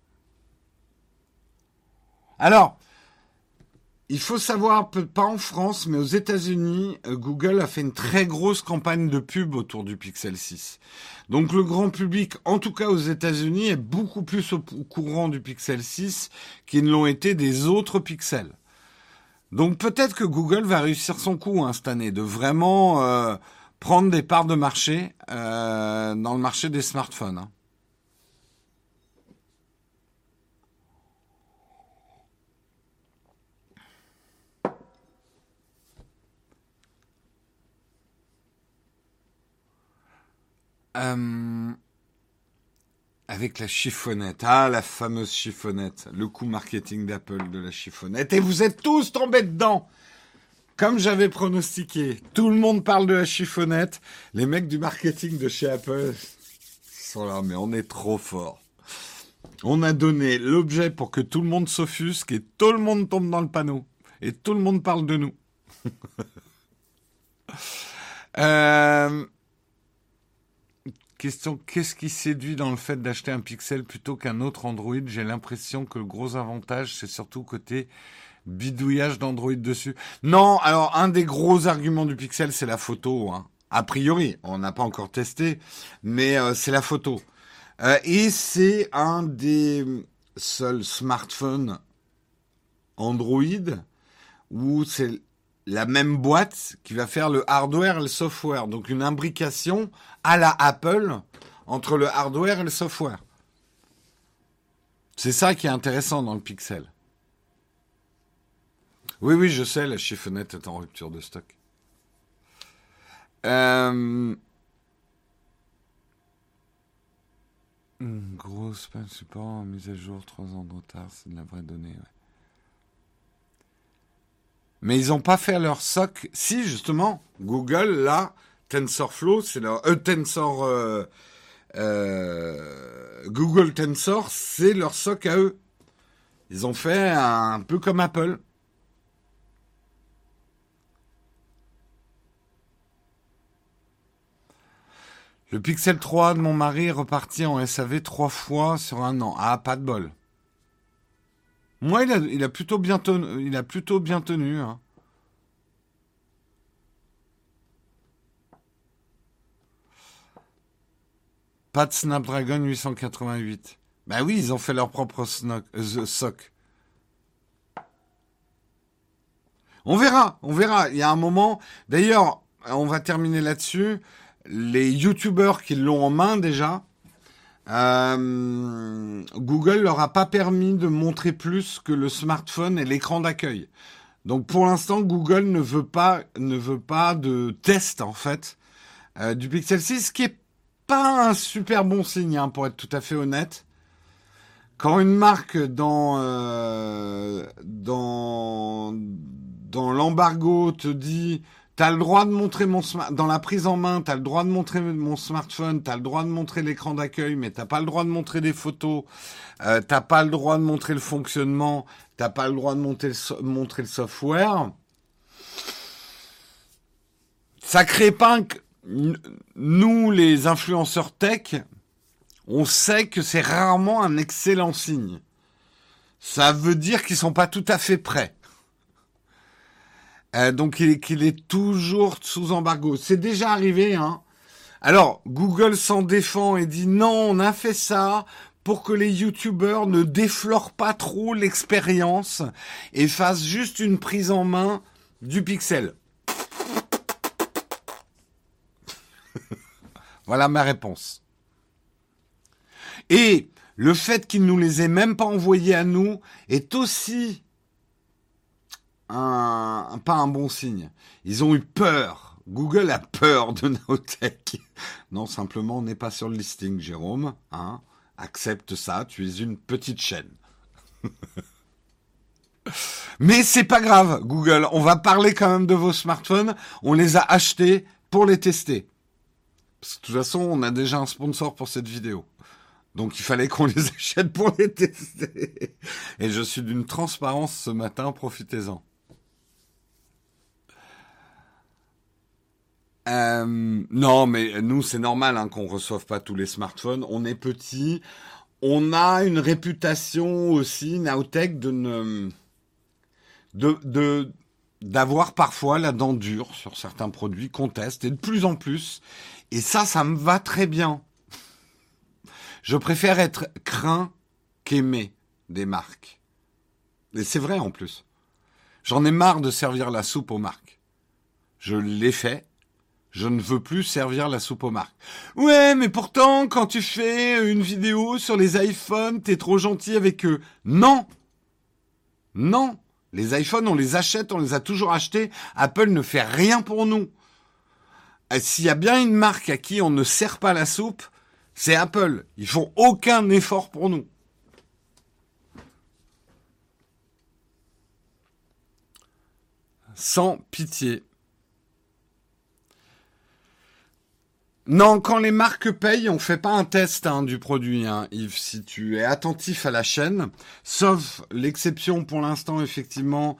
Alors, il faut savoir, pas en France, mais aux États-Unis, Google a fait une très grosse campagne de pub autour du Pixel 6. Donc le grand public, en tout cas aux États-Unis, est beaucoup plus au courant du Pixel 6 qu'ils ne l'ont été des autres Pixels. Donc peut-être que Google va réussir son coup cette année, de vraiment prendre des parts de marché dans le marché des smartphones. Hein. Avec la chiffonnette. Ah, la fameuse chiffonnette. Le coup marketing d'Apple de la chiffonnette. Et vous êtes tous tombés dedans. Comme j'avais pronostiqué. Tout le monde parle de la chiffonnette. Les mecs du marketing de chez Apple sont là, mais on est trop fort. On a donné l'objet pour que tout le monde s'offusque et tout le monde tombe dans le panneau. Et tout le monde parle de nous. Question, qu'est-ce qui séduit dans le fait d'acheter un Pixel plutôt qu'un autre Android? J'ai l'impression que le gros avantage, c'est surtout côté bidouillage d'Android dessus. Non, alors un des gros arguments du Pixel, c'est la photo. Hein. A priori, on n'a pas encore testé, mais c'est la photo. Et c'est un des seuls smartphones Android où c'est la même boîte qui va faire le hardware et le software. Donc une imbrication à la Apple entre le hardware et le software. C'est ça qui est intéressant dans le Pixel. Oui, oui, je sais, la chiffonnette est en rupture de stock. Euh, Grosse panne support, mise à jour, 3 ans de retard, c'est de la vraie donnée. Ouais. Mais ils n'ont pas fait leur SOC. Si, justement, Google, là, TensorFlow, c'est leur... Google Tensor, c'est leur SOC à eux. Ils ont fait un peu comme Apple. Le Pixel 3 de mon mari est reparti en SAV 3 fois sur un an. Ah, pas de bol. Moi, il a plutôt bien tenu. Il a plutôt bien tenu. Hein. Pas de Snapdragon 888. Ben oui, ils ont fait leur propre SOC. On verra, on verra. Il y a un moment. D'ailleurs, on va terminer là-dessus. Les YouTubers qui l'ont en main déjà, Google leur a pas permis de montrer plus que le smartphone et l'écran d'accueil. Donc pour l'instant, Google ne veut pas de test en fait du Pixel 6, ce qui est pas un super bon signe, hein, pour être tout à fait honnête. Quand une marque dans l'embargo te dit t'as le droit de montrer dans la prise en main, t'as le droit de montrer mon smartphone, t'as le droit de montrer l'écran d'accueil, mais t'as pas le droit de montrer des photos, t'as pas le droit de montrer le fonctionnement, t'as pas le droit de montrer le software. Ça crée pas nous, les influenceurs tech, on sait que c'est rarement un excellent signe. Ça veut dire qu'ils sont pas tout à fait prêts. Donc qu'il est toujours sous embargo. C'est déjà arrivé, hein. Alors, Google s'en défend et dit non, on a fait ça pour que les YouTubers ne déflorent pas trop l'expérience et fassent juste une prise en main du Pixel. Voilà ma réponse. Et le fait qu'ils nous les aient même pas envoyés à nous est aussi pas un bon signe. Ils ont eu peur. Google a peur de Nowtech. Non, simplement, on n'est pas sur le listing, Jérôme. Hein. Accepte ça, tu es une petite chaîne. Mais c'est pas grave, Google. On va parler quand même de vos smartphones. On les a achetés pour les tester. Parce que de toute façon, on a déjà un sponsor pour cette vidéo. Donc il fallait qu'on les achète pour les tester. Et je suis d'une transparence ce matin, profitez-en. Non, mais nous, c'est normal, hein, qu'on reçoive pas tous les smartphones. On est petit. On a une réputation aussi, Nowtech, d'avoir parfois la dent dure sur certains produits qu'on teste, et de plus en plus. Et ça me va très bien. Je préfère être craint qu'aimé des marques. Et c'est vrai en plus. J'en ai marre de servir la soupe aux marques. Je l'ai fait. Je ne veux plus servir la soupe aux marques. Ouais, mais pourtant, quand tu fais une vidéo sur les iPhones, t'es trop gentil avec eux. Non. Non. Les iPhones, on les achète, on les a toujours achetés. Apple ne fait rien pour nous. S'il y a bien une marque à qui on ne sert pas la soupe, c'est Apple. Ils font aucun effort pour nous. Sans pitié. Non, quand les marques payent, on fait pas un test, hein, du produit, hein, Yves, si tu es attentif à la chaîne, sauf l'exception pour l'instant, effectivement,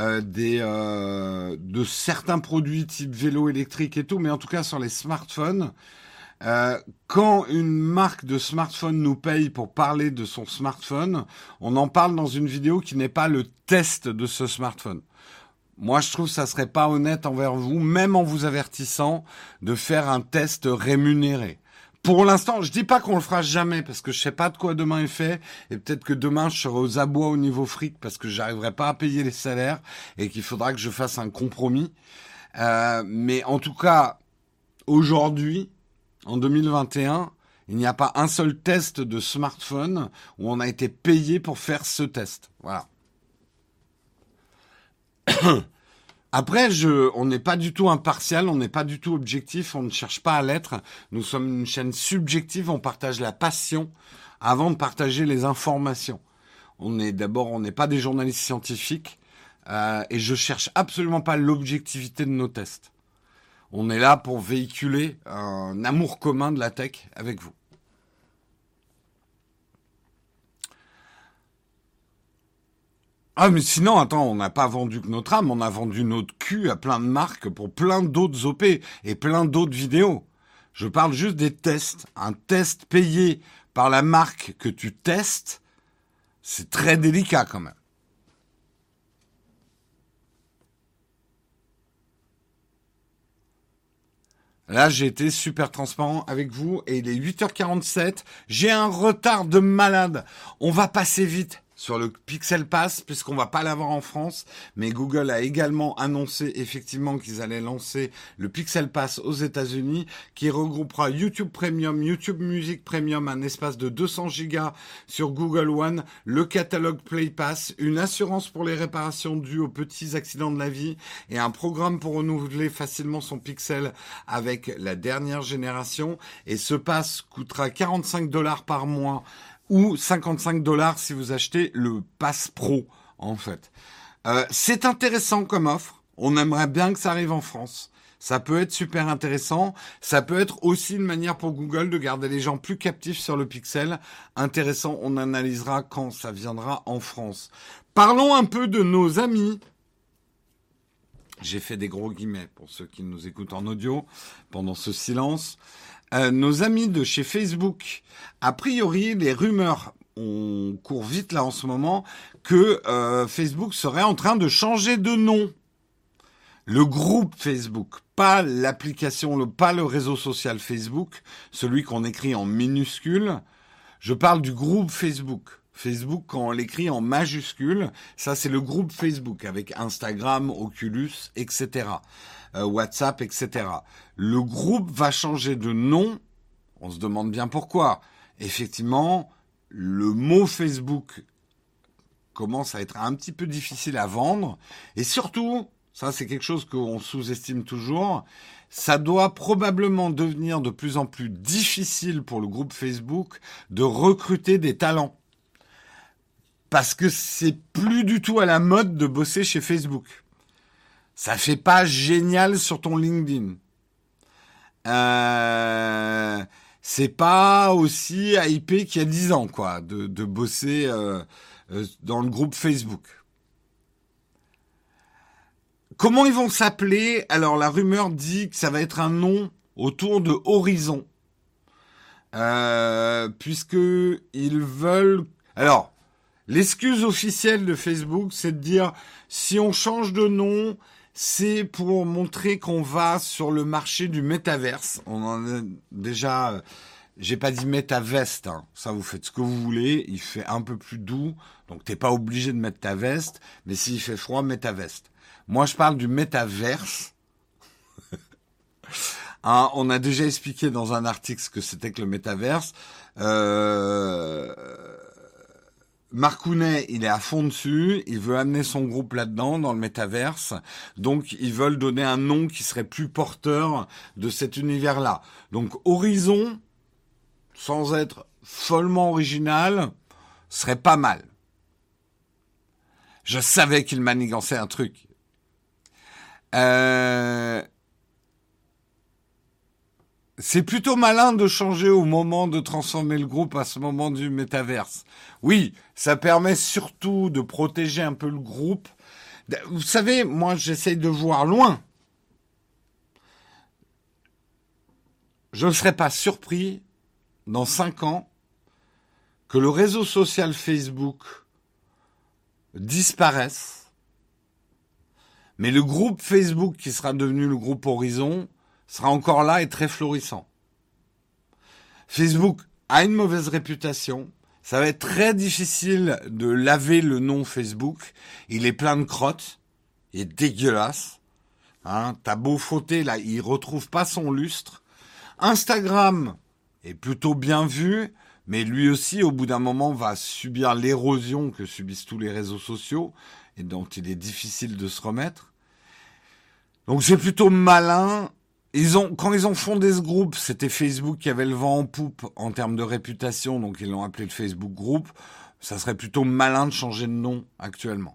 de certains produits type vélo électrique et tout, mais en tout cas sur les smartphones, quand une marque de smartphone nous paye pour parler de son smartphone, on en parle dans une vidéo qui n'est pas le test de ce smartphone. Moi, je trouve que ça serait pas honnête envers vous, même en vous avertissant, de faire un test rémunéré. Pour l'instant, je dis pas qu'on le fera jamais, parce que je sais pas de quoi demain est fait, et peut-être que demain, je serai aux abois au niveau fric, parce que j'arriverai pas à payer les salaires, et qu'il faudra que je fasse un compromis. Mais en tout cas, aujourd'hui, en 2021, il n'y a pas un seul test de smartphone où on a été payé pour faire ce test. Voilà. Après, on n'est pas du tout impartial, on n'est pas du tout objectif, on ne cherche pas à l'être. Nous sommes une chaîne subjective, on partage la passion avant de partager les informations. On n'est pas des journalistes scientifiques et je cherche absolument pas l'objectivité de nos tests. On est là pour véhiculer un amour commun de la tech avec vous. Ah, mais sinon, attends, on n'a pas vendu que notre âme, on a vendu notre cul à plein de marques pour plein d'autres OP et plein d'autres vidéos. Je parle juste des tests. Un test payé par la marque que tu testes, c'est très délicat quand même. Là, j'ai été super transparent avec vous et il est 8h47. J'ai un retard de malade. On va passer vite sur le Pixel Pass puisqu'on va pas l'avoir en France. Mais Google a également annoncé effectivement qu'ils allaient lancer le Pixel Pass aux États-Unis qui regroupera YouTube Premium, YouTube Music Premium, un espace de 200 gigas sur Google One, le catalogue Play Pass, une assurance pour les réparations dues aux petits accidents de la vie et un programme pour renouveler facilement son Pixel avec la dernière génération. Et ce pass coûtera $45 par mois ou $55 si vous achetez le Pass Pro, en fait. C'est intéressant comme offre. On aimerait bien que ça arrive en France. Ça peut être super intéressant. Ça peut être aussi une manière pour Google de garder les gens plus captifs sur le Pixel. Intéressant, on analysera quand ça viendra en France. Parlons un peu de nos amis. J'ai fait des gros guillemets pour ceux qui nous écoutent en audio pendant ce silence. Nos amis de chez Facebook, a priori, les rumeurs, on court vite là en ce moment, que Facebook serait en train de changer de nom. Le groupe Facebook, pas l'application, pas le réseau social Facebook, celui qu'on écrit en minuscule. Je parle du groupe Facebook. Facebook, quand on l'écrit en majuscule, ça c'est le groupe Facebook avec Instagram, Oculus, etc. WhatsApp, etc. Le groupe va changer de nom. On se demande bien pourquoi. Effectivement, le mot Facebook commence à être un petit peu difficile à vendre. Et surtout, ça c'est quelque chose qu'on sous-estime toujours, ça doit probablement devenir de plus en plus difficile pour le groupe Facebook de recruter des talents. Parce que c'est plus du tout à la mode de bosser chez Facebook. Ça fait pas génial sur ton LinkedIn. C'est pas aussi hypé qu'il y a 10 ans, quoi, de bosser dans le groupe Facebook. Comment ils vont s'appeler? Alors, la rumeur dit que ça va être un nom autour de Horizon. Puisque ils veulent... Alors, l'excuse officielle de Facebook, c'est de dire, si on change de nom... C'est pour montrer qu'on va sur le marché du métaverse. On en a déjà, j'ai pas dit métaveste, hein. Ça vous faites ce que vous voulez. Il fait un peu plus doux, donc t'es pas obligé de mettre ta veste. Mais s'il fait froid, mets ta veste. Moi, je parle du métaverse. Hein, on a déjà expliqué dans un article ce que c'était que le métaverse. Marc Hounet, il est à fond dessus, il veut amener son groupe là-dedans, dans le métaverse, donc ils veulent donner un nom qui serait plus porteur de cet univers-là. Donc Horizon, sans être follement original, serait pas mal. Je savais qu'il manigançait un truc. C'est plutôt malin de changer au moment de transformer le groupe à ce moment du métaverse. Oui, ça permet surtout de protéger un peu le groupe. Vous savez, moi j'essaye de voir loin. Je ne serais pas surpris, dans 5 ans, que le réseau social Facebook disparaisse, mais le groupe Facebook qui sera devenu le groupe Horizon sera encore là et très florissant. Facebook a une mauvaise réputation. Ça va être très difficile de laver le nom Facebook. Il est plein de crottes. Il est dégueulasse. Hein, t'as beau frotter, là, il retrouve pas son lustre. Instagram est plutôt bien vu, mais lui aussi, au bout d'un moment, va subir l'érosion que subissent tous les réseaux sociaux. et dont il est difficile de se remettre. Donc c'est plutôt malin. Quand ils ont fondé ce groupe, c'était Facebook qui avait le vent en poupe en termes de réputation, donc ils l'ont appelé le Facebook Group. Ça serait plutôt malin de changer de nom actuellement.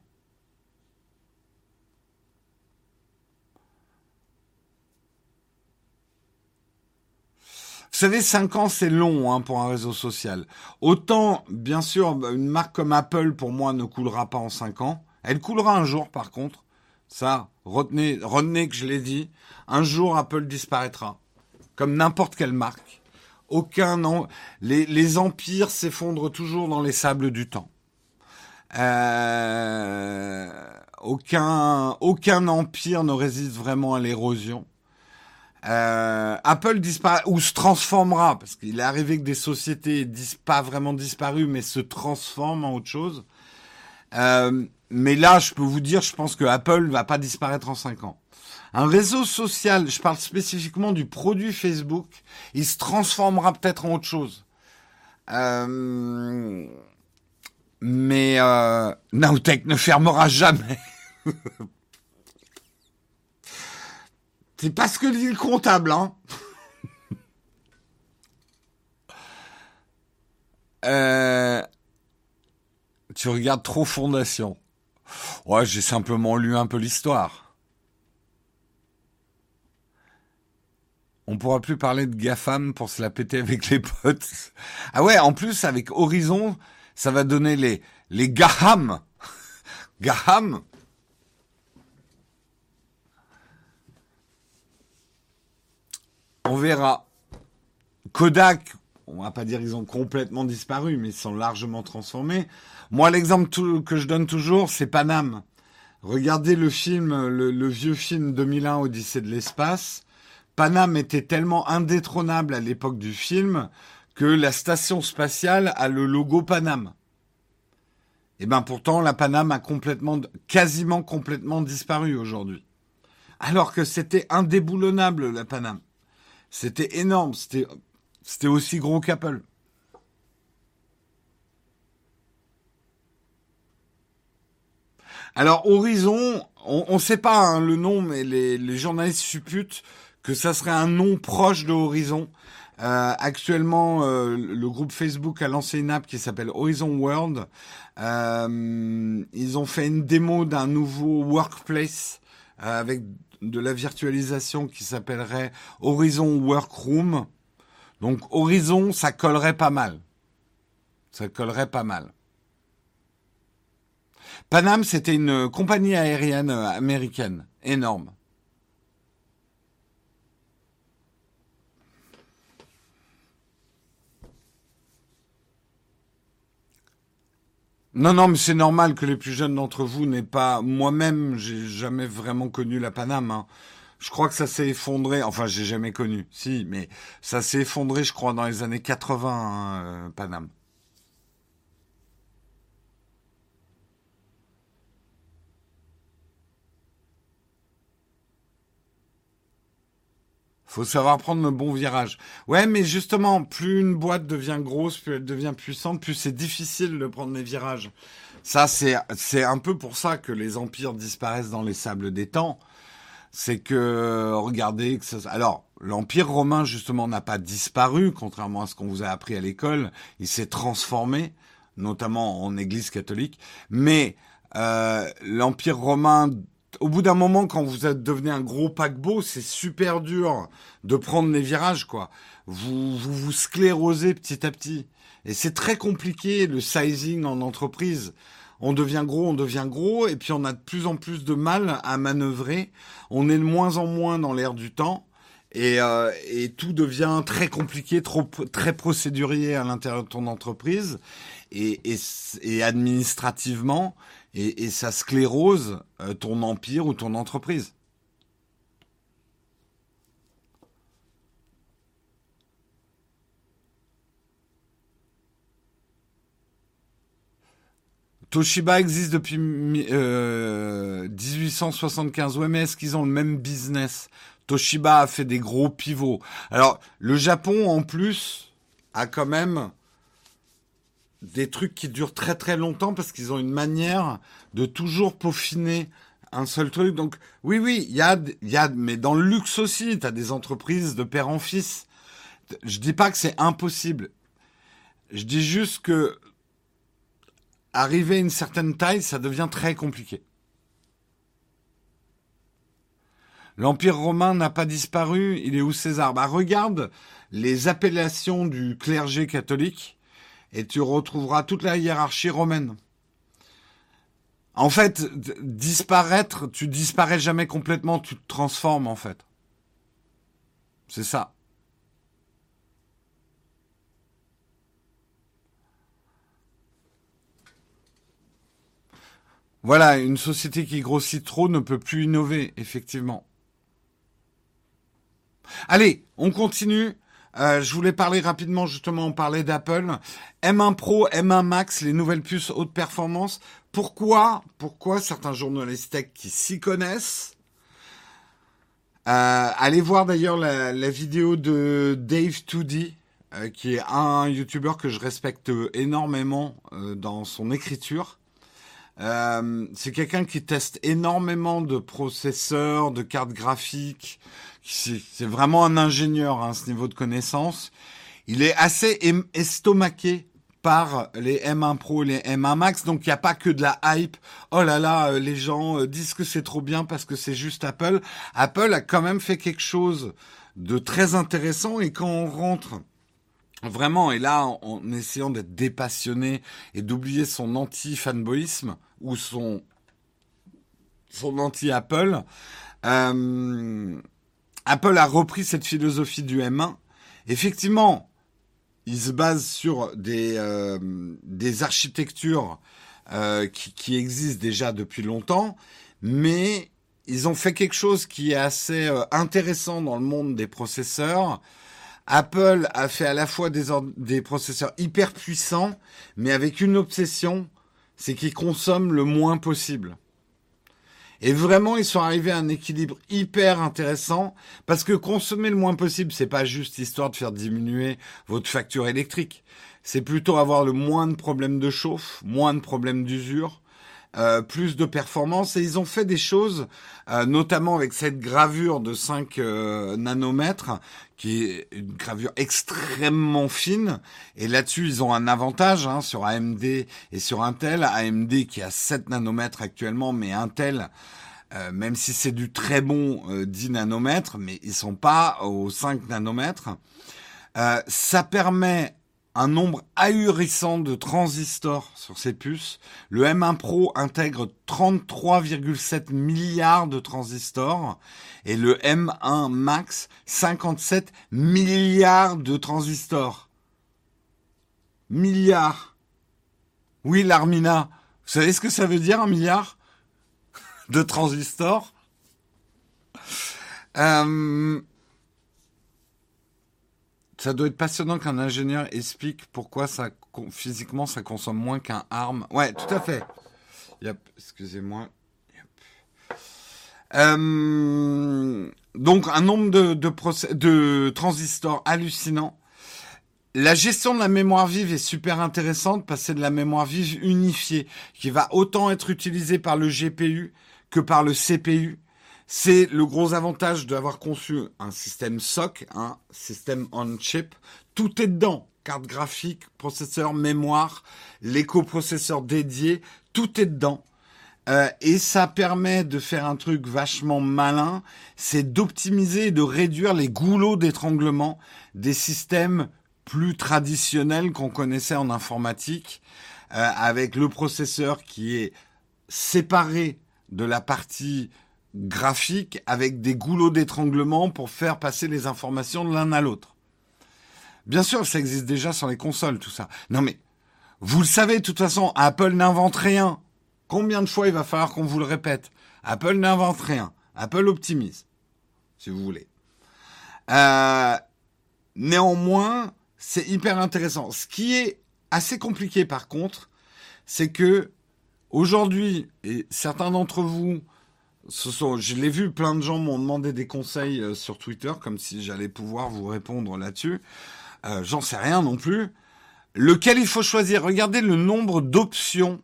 Vous savez, 5 ans, c'est long pour un réseau social. Autant, bien sûr, une marque comme Apple, pour moi, ne coulera pas en 5 ans. Elle coulera un jour, par contre. Ça, retenez que je l'ai dit. Un jour, Apple disparaîtra. Comme n'importe quelle marque. Les empires s'effondrent toujours dans les sables du temps. Aucun empire ne résiste vraiment à l'érosion. Apple disparaît ou se transformera, parce qu'il est arrivé que des sociétés pas vraiment disparues, mais se transforment en autre chose. Mais là, je peux vous dire, je pense que Apple va pas disparaître en 5 ans. Un réseau social, je parle spécifiquement du produit Facebook, il se transformera peut-être en autre chose. Mais Nowtech ne fermera jamais. C'est pas ce que dit le comptable, hein. Tu regardes trop Fondation. Ouais, j'ai simplement lu un peu l'histoire. On pourra plus parler de GAFAM pour se la péter avec les potes. Ah ouais, en plus, avec Horizon, ça va donner les GAHAM. GAHAM. On verra. Kodak, on va pas dire qu'ils ont complètement disparu, mais ils sont largement transformés. Moi, l'exemple que je donne toujours, c'est Paname. Regardez le film, le vieux film 2001, Odyssée de l'espace. Paname était tellement indétrônable à l'époque du film que la station spatiale a le logo Paname. Et ben pourtant, la Paname a quasiment complètement disparu aujourd'hui. Alors que c'était indéboulonnable, la Paname. C'était énorme, c'était aussi gros qu'Apple. Alors Horizon, on ne sait pas le nom, mais les journalistes supputent que ça serait un nom proche de Horizon. Actuellement, le groupe Facebook a lancé une app qui s'appelle Horizon World. Ils ont fait une démo d'un nouveau workplace avec de la virtualisation qui s'appellerait Horizon Workroom. Donc Horizon, ça collerait pas mal. Ça collerait pas mal. Panam, c'était une compagnie aérienne américaine, énorme. Non, non, mais c'est normal que les plus jeunes d'entre vous n'aient pas... Moi-même, j'ai jamais vraiment connu la Paname, hein. Je crois que ça s'est effondré. Enfin, j'ai jamais connu. Si, mais ça s'est effondré, je crois, dans les années 80, hein, Paname. Faut savoir prendre le bon virage. Ouais, mais justement, plus une boîte devient grosse, plus elle devient puissante, plus c'est difficile de prendre les virages. Ça, c'est un peu pour ça que les empires disparaissent dans les sables des temps. C'est que, regardez, alors, l'Empire romain, justement, n'a pas disparu, contrairement à ce qu'on vous a appris à l'école. Il s'est transformé, notamment en Église catholique. Mais l'Empire romain, au bout d'un moment, quand vous devenez un gros paquebot, c'est super dur de prendre les virages, quoi. Vous sclérosez petit à petit. Et c'est très compliqué, le sizing en entreprise. On devient gros, et puis on a de plus en plus de mal à manœuvrer. On est de moins en moins dans l'air du temps, et tout devient très compliqué, très procédurier à l'intérieur de ton entreprise, et administrativement, et ça sclérose ton empire ou ton entreprise. Toshiba existe depuis 1875. Ouais, mais est-ce qu'ils ont le même business? Toshiba a fait des gros pivots. Alors, le Japon, en plus, a quand même des trucs qui durent très très longtemps parce qu'ils ont une manière de toujours peaufiner un seul truc. Donc oui, oui, mais dans le luxe aussi, t'as des entreprises de père en fils. Je dis pas que c'est impossible. Je dis juste que arriver à une certaine taille, ça devient très compliqué. L'Empire romain n'a pas disparu, il est où César? Bah regarde les appellations du clergé catholique et tu retrouveras toute la hiérarchie romaine. En fait, disparaître, tu disparais jamais complètement, tu te transformes en fait. C'est ça. Voilà, une société qui grossit trop ne peut plus innover, effectivement. Allez, on continue. Je voulais parler rapidement, justement, on parlait d'Apple. M1 Pro, M1 Max, les nouvelles puces haute performance. Pourquoi certains journalistes tech qui s'y connaissent, allez voir d'ailleurs la vidéo de Dave2D, qui est un YouTuber que je respecte énormément dans son écriture. C'est quelqu'un qui teste énormément de processeurs, de cartes graphiques. C'est vraiment un ingénieur à ce niveau de connaissance. Il est assez estomaqué par les M1 Pro et les M1 Max, donc il n'y a pas que de la hype. Oh là là, les gens disent que c'est trop bien parce que c'est juste Apple. Apple a quand même fait quelque chose de très intéressant et quand on rentre vraiment, et là, en essayant d'être dépassionné et d'oublier son anti-fanboyisme ou son anti-Apple, Apple a repris cette philosophie du M1. Effectivement, il se base sur des architectures qui existent déjà depuis longtemps, mais ils ont fait quelque chose qui est assez intéressant dans le monde des processeurs. Apple a fait à la fois des processeurs hyper puissants, mais avec une obsession, c'est qu'ils consomment le moins possible. Et vraiment, ils sont arrivés à un équilibre hyper intéressant, parce que consommer le moins possible, c'est pas juste histoire de faire diminuer votre facture électrique. C'est plutôt avoir le moins de problèmes de chauffe, moins de problèmes d'usure, plus de performance. Et ils ont fait des choses, notamment avec cette gravure de 5 nanomètres, qui est une gravure extrêmement fine. Et là-dessus, ils ont un avantage sur AMD et sur Intel. AMD qui a 7 nanomètres actuellement, mais Intel, même si c'est du très bon 10 nanomètres, mais ils sont pas aux 5 nanomètres. Ça permet un nombre ahurissant de transistors sur ces puces. Le M1 Pro intègre 33,7 milliards de transistors et le M1 Max 57 milliards de transistors. Milliards. Oui, l'Armina. Vous savez ce que ça veut dire, un milliard de transistors? Ça doit être passionnant qu'un ingénieur explique pourquoi physiquement ça consomme moins qu'un ARM. Ouais, tout à fait. Yep, excusez-moi. Yep. Donc un nombre de transistors hallucinant. La gestion de la mémoire vive est super intéressante parce que c'est de la mémoire vive unifiée qui va autant être utilisée par le GPU que par le CPU. C'est le gros avantage d'avoir conçu un système SoC, un système on chip. Tout est dedans. Carte graphique, processeur, mémoire, les coprocesseurs dédiés, tout est dedans. Et ça permet de faire un truc vachement malin, c'est d'optimiser et de réduire les goulots d'étranglement des systèmes plus traditionnels qu'on connaissait en informatique, avec le processeur qui est séparé de la partie graphique avec des goulots d'étranglement pour faire passer les informations de l'un à l'autre. Bien sûr, ça existe déjà sur les consoles, tout ça. Non mais, vous le savez, de toute façon, Apple n'invente rien. Combien de fois il va falloir qu'on vous le répète? Apple n'invente rien. Apple optimise, si vous voulez. Néanmoins, c'est hyper intéressant. Ce qui est assez compliqué, par contre, c'est que aujourd'hui, et certains d'entre vous, je l'ai vu, plein de gens m'ont demandé des conseils sur Twitter, comme si j'allais pouvoir vous répondre là-dessus. J'en sais rien non plus. Lequel il faut choisir? Regardez le nombre d'options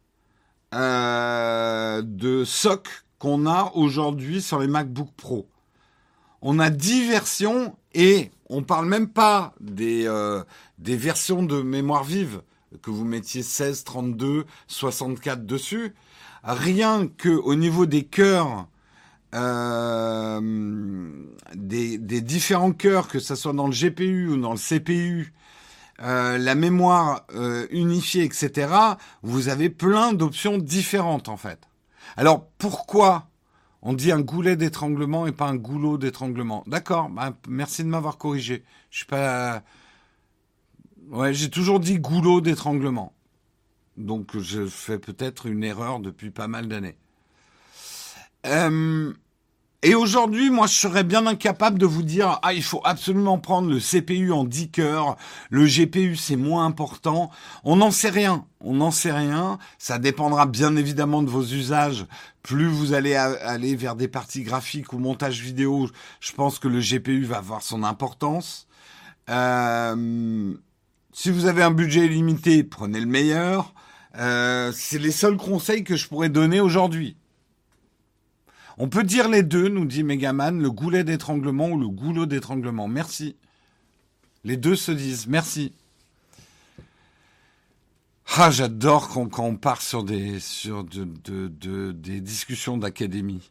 de SoC qu'on a aujourd'hui sur les MacBook Pro. On a 10 versions et on parle même pas des versions de mémoire vive que vous mettiez 16, 32, 64 dessus. Rien que au niveau des cœurs, des différents cœurs, que ça soit dans le GPU ou dans le CPU, la mémoire unifiée, etc., vous avez plein d'options différentes en fait. Alors pourquoi on dit un goulet d'étranglement et pas un goulot d'étranglement? D'accord, bah, merci de m'avoir corrigé. Je suis pas... Ouais, j'ai toujours dit goulot d'étranglement. Donc je fais peut-être une erreur depuis pas mal d'années. Et aujourd'hui, moi, je serais bien incapable de vous dire, il faut absolument prendre le CPU en 10 cœurs, le GPU, c'est moins important. On n'en sait rien. On n'en sait rien. Ça dépendra bien évidemment de vos usages. Plus vous allez aller vers des parties graphiques ou montage vidéo, je pense que le GPU va avoir son importance. Si vous avez un budget limité, prenez le meilleur. C'est les seuls conseils que je pourrais donner aujourd'hui. On peut dire les deux, nous dit Megaman, le goulet d'étranglement ou le goulot d'étranglement. Merci. Les deux se disent merci. Ah, j'adore quand on part sur des discussions d'académie.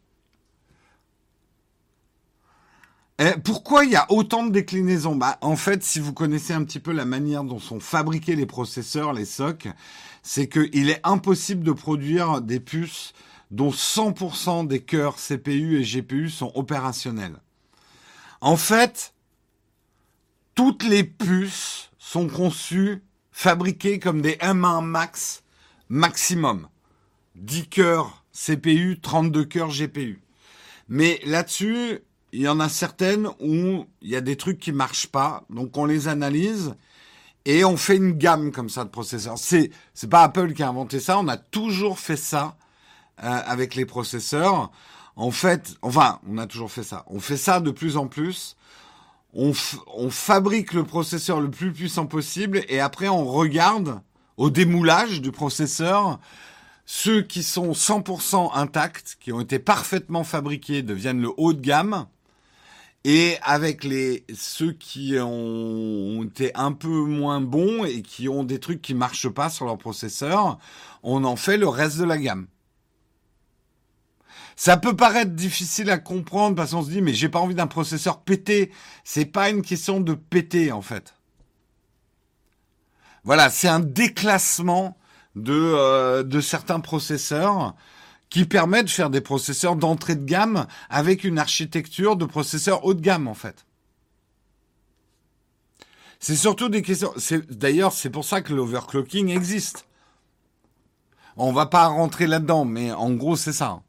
Pourquoi il y a autant de déclinaisons? En fait, si vous connaissez un petit peu la manière dont sont fabriqués les processeurs, les SoC, c'est qu'il est impossible de produire des puces dont 100% des cœurs CPU et GPU sont opérationnels. En fait, toutes les puces sont conçues, fabriquées comme des M1 Max maximum. 10 cœurs CPU, 32 cœurs GPU. Mais là-dessus, il y en a certaines où il y a des trucs qui marchent pas, donc on les analyse et on fait une gamme comme ça de processeurs. C'est pas Apple qui a inventé ça, on a toujours fait ça avec les processeurs. En fait, enfin, on a toujours fait ça. On fait ça de plus en plus. On fabrique le processeur le plus puissant possible et après on regarde au démoulage du processeur. Ceux qui sont 100% intacts, qui ont été parfaitement fabriqués, deviennent le haut de gamme. Et avec ceux qui ont été un peu moins bons et qui ont des trucs qui marchent pas sur leur processeur, on en fait le reste de la gamme. Ça peut paraître difficile à comprendre parce qu'on se dit mais j'ai pas envie d'un processeur pété. C'est pas une question de péter en fait. Voilà, c'est un déclassement de certains processeurs qui permettent de faire des processeurs d'entrée de gamme avec une architecture de processeurs haut de gamme en fait. C'est surtout des questions. D'ailleurs, c'est pour ça que l'overclocking existe. On va pas rentrer là-dedans, mais en gros, c'est ça.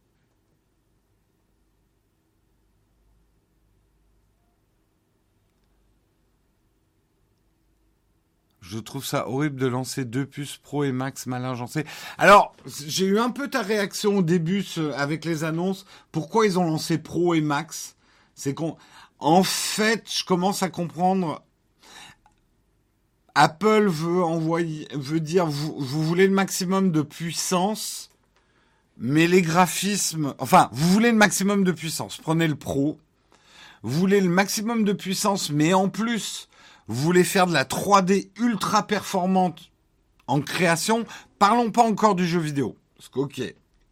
Je trouve ça horrible de lancer 2 puces Pro et Max mal agencées. Alors, j'ai eu un peu ta réaction au début avec les annonces. Pourquoi ils ont lancé Pro et Max? C'est en fait, je commence à comprendre. Apple veut dire, vous voulez le maximum de puissance, mais les graphismes, enfin, vous voulez le maximum de puissance. Prenez le Pro. Vous voulez le maximum de puissance, mais en plus, vous voulez faire de la 3D ultra performante en création. Parlons pas encore du jeu vidéo. Parce que, ok.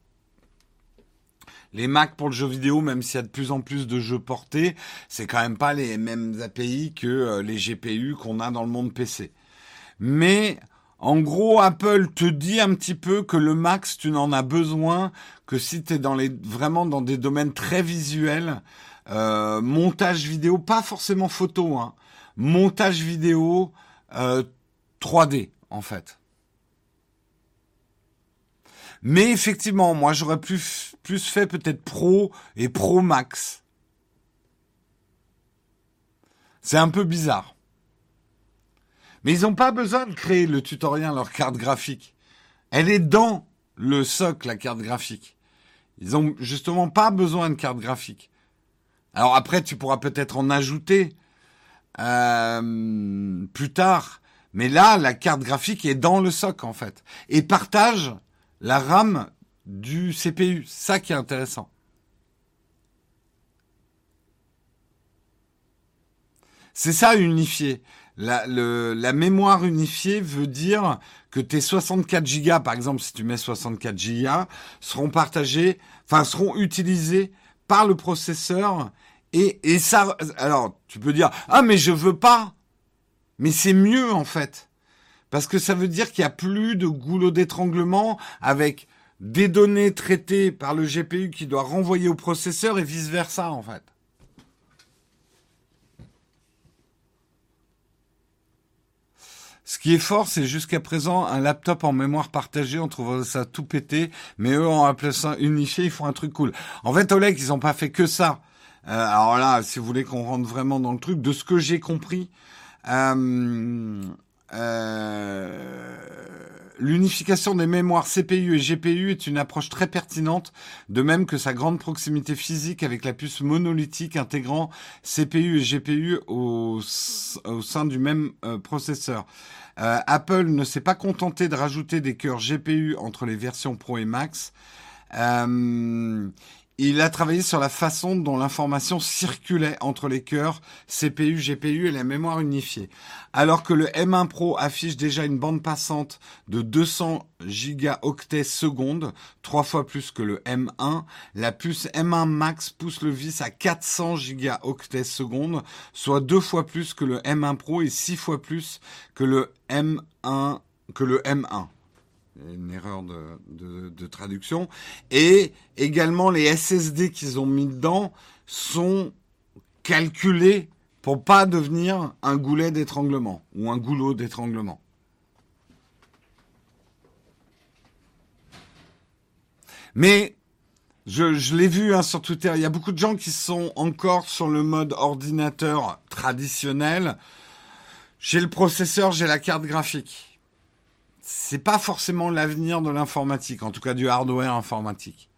Les Mac pour le jeu vidéo, même s'il y a de plus en plus de jeux portés, c'est quand même pas les mêmes API que les GPU qu'on a dans le monde PC. Mais, en gros, Apple te dit un petit peu que le Max, tu n'en as besoin que si tu es vraiment dans des domaines très visuels, montage vidéo, pas forcément photo, hein, montage vidéo 3D, en fait. Mais effectivement, moi, j'aurais plus fait peut-être Pro et Pro Max. C'est un peu bizarre. Mais ils n'ont pas besoin de créer le tutoriel leur carte graphique. Elle est dans le SoC, la carte graphique. Ils n'ont justement pas besoin de carte graphique. Alors après, tu pourras peut-être en ajouter plus tard. Mais là, la carte graphique est dans le SoC, en fait. Et partage la RAM du CPU. C'est ça qui est intéressant. C'est ça, unifié. La mémoire unifiée veut dire que tes 64 gigas, par exemple, si tu mets 64 gigas, seront partagés, enfin, seront utilisés par le processeur. Et ça, alors, tu peux dire, ah, mais je veux pas. Mais c'est mieux, en fait. Parce que ça veut dire qu'il n'y a plus de goulot d'étranglement avec des données traitées par le GPU qui doit renvoyer au processeur et vice-versa, en fait. Ce qui est fort, c'est jusqu'à présent un laptop en mémoire partagée, on trouve ça tout pété, mais eux, en appelant ça unifié, ils font un truc cool. En fait, Oleg, ils n'ont pas fait que ça. Alors là, si vous voulez qu'on rentre vraiment dans le truc, de ce que j'ai compris, euh, l'unification des mémoires CPU et GPU est une approche très pertinente, de même que sa grande proximité physique avec la puce monolithique intégrant CPU et GPU au sein du même processeur. Apple ne s'est pas contenté de rajouter des cœurs GPU entre les versions Pro et Max. Il a travaillé sur la façon dont l'information circulait entre les cœurs CPU, GPU et la mémoire unifiée. Alors que le M1 Pro affiche déjà une bande passante de 200 gigaoctets secondes, 3 fois plus que le M1, la puce M1 Max pousse le vice à 400 gigaoctets secondes, soit 2 fois plus que le M1 Pro et 6 fois plus que le M1. Une erreur de traduction. Et également, les SSD qu'ils ont mis dedans sont calculés pour pas devenir un goulet d'étranglement ou un goulot d'étranglement. Mais je l'ai vu sur Twitter, il y a beaucoup de gens qui sont encore sur le mode ordinateur traditionnel. J'ai le processeur, j'ai la carte graphique. C'est pas forcément l'avenir de l'informatique, en tout cas du hardware informatique.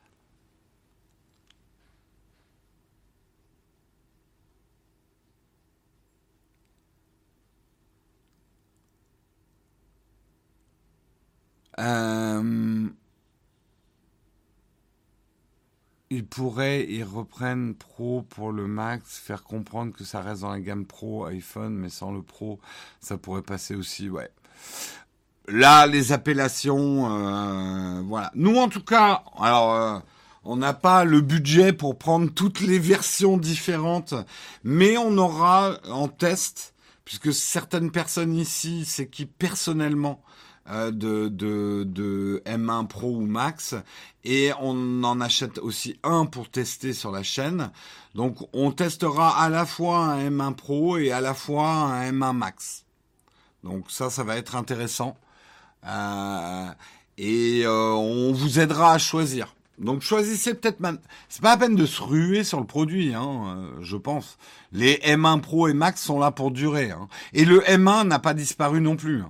Ils reprennent Pro pour le Max, faire comprendre que ça reste dans la gamme Pro iPhone, mais sans le Pro, ça pourrait passer aussi, ouais. Là, les appellations, voilà. Nous, en tout cas, alors, on n'a pas le budget pour prendre toutes les versions différentes, mais on aura en test, puisque certaines personnes ici s'équipent personnellement de M1 Pro ou Max, et on en achète aussi un pour tester sur la chaîne. Donc, on testera à la fois un M1 Pro et à la fois un M1 Max. Donc ça va être intéressant. On vous aidera à choisir. Donc choisissez peut-être maintenant. C'est pas la peine de se ruer sur le produit, je pense. Les M1 Pro et Max sont là pour durer. Et le M1 n'a pas disparu non plus.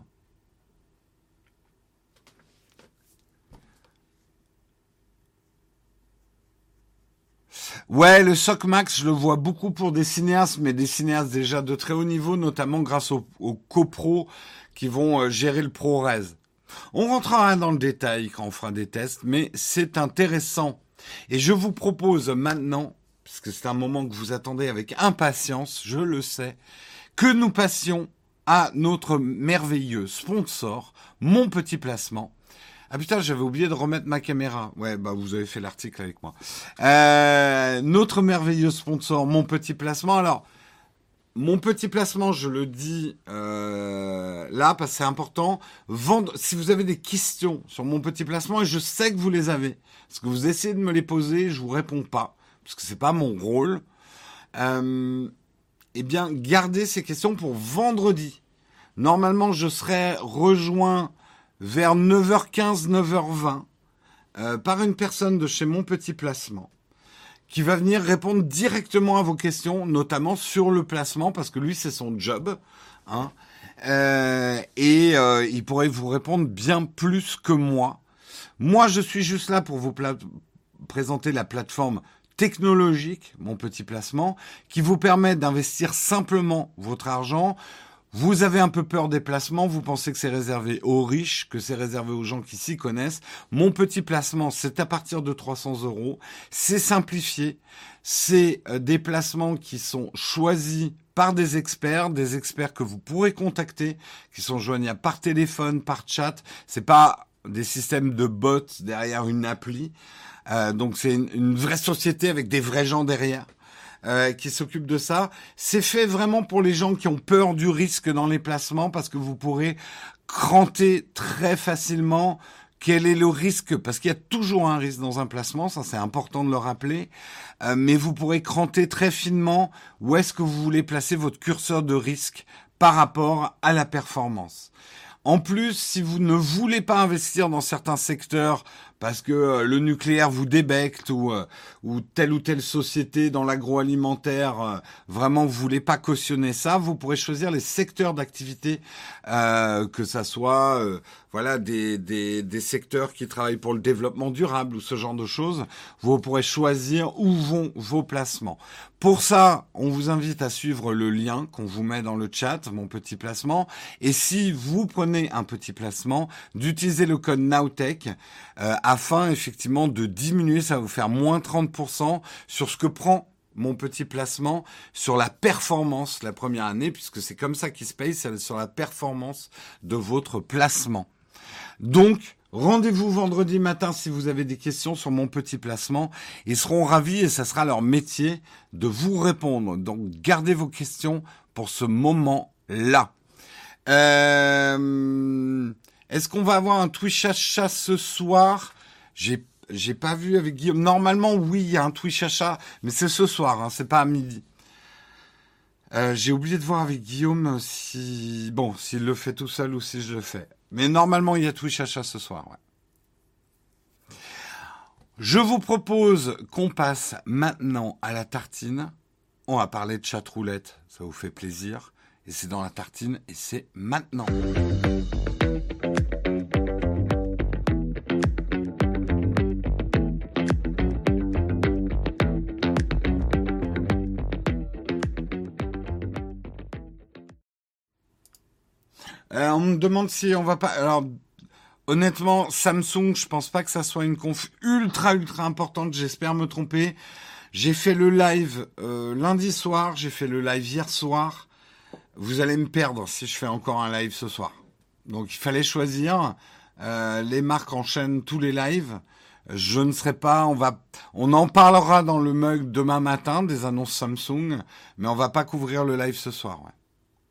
Ouais, le SoC Max, je le vois beaucoup pour des cinéastes, mais des cinéastes déjà de très haut niveau, notamment grâce aux copros qui vont gérer le ProRes. On rentrera dans le détail quand on fera des tests, mais c'est intéressant. Et je vous propose maintenant, parce que c'est un moment que vous attendez avec impatience, je le sais, que nous passions à notre merveilleux sponsor, Mon Petit Placement. Ah putain, j'avais oublié de remettre ma caméra. Ouais, bah vous avez fait l'article avec moi. Notre merveilleux sponsor, Mon Petit Placement. Alors, Mon Petit Placement, je le dis là parce que c'est important. Si vous avez des questions sur Mon Petit Placement, et je sais que vous les avez, parce que vous essayez de me les poser, je vous réponds pas, parce que c'est pas mon rôle. Eh bien, gardez ces questions pour vendredi. Normalement, je serai rejoint vers 9h15, 9h20 par une personne de chez Mon Petit Placement qui va venir répondre directement à vos questions, notamment sur le placement, parce que lui, c'est son job. Il pourrait vous répondre bien plus que moi. Moi, je suis juste là pour vous présenter la plateforme technologique, Mon Petit Placement, qui vous permet d'investir simplement votre argent Vous avez un peu peur des placements, vous pensez que c'est réservé aux riches, que c'est réservé aux gens qui s'y connaissent. Mon petit placement, c'est à partir de 300 euros. C'est simplifié. C'est des placements qui sont choisis par des experts que vous pourrez contacter, qui sont joignables par téléphone, par chat. C'est pas des systèmes de bots derrière une appli. Donc c'est une vraie société avec des vrais gens derrière. Qui s'occupe de ça. C'est fait vraiment pour les gens qui ont peur du risque dans les placements parce que vous pourrez cranter très facilement quel est le risque, parce qu'il y a toujours un risque dans un placement, ça c'est important de le rappeler, mais vous pourrez cranter très finement où est-ce que vous voulez placer votre curseur de risque par rapport à la performance. En plus, si vous ne voulez pas investir dans certains secteurs parce que le nucléaire vous débecte ou telle société dans l'agroalimentaire, vraiment vous voulez pas cautionner ça, vous pourrez choisir les secteurs d'activité, que ça soit voilà des secteurs qui travaillent pour le développement durable ou ce genre de choses. Vous pourrez choisir où vont vos placements. Pour ça, on vous invite à suivre le lien qu'on vous met dans le chat, mon petit placement. Et si vous prenez un petit placement, d'utiliser le code NOWTECH afin effectivement de diminuer, ça va vous faire moins 30% sur ce que prend mon petit placement sur la performance la première année, puisque c'est comme ça qu'il se paye, c'est sur la performance de votre placement. Donc, rendez-vous vendredi matin si vous avez des questions sur mon petit placement. Ils seront ravis et ça sera leur métier de vous répondre. Donc, gardez vos questions pour ce moment-là. Est-ce qu'on va avoir un Twitch achat ce soir ? J'ai pas vu avec Guillaume. Normalement, oui, il y a un Twitch achat, mais c'est ce soir, hein, c'est pas à midi. J'ai oublié de voir avec Guillaume s'il le fait tout seul ou si je le fais. Mais normalement, il y a Twitch achat ce soir, ouais. Je vous propose qu'on passe maintenant à la tartine. On va parler de chatroulette, ça vous fait plaisir. Et c'est dans la tartine et c'est maintenant. On me demande si on va pas... Alors, honnêtement, Samsung, je pense pas que ça soit une conf ultra importante. J'espère me tromper. J'ai fait le live lundi soir. J'ai fait le live hier soir. Vous allez me perdre si je fais encore un live ce soir. Donc, il fallait choisir. Les marques enchaînent tous les lives. Je ne serai pas... On en parlera dans le mug demain matin, des annonces Samsung. Mais on va pas couvrir le live ce soir, ouais.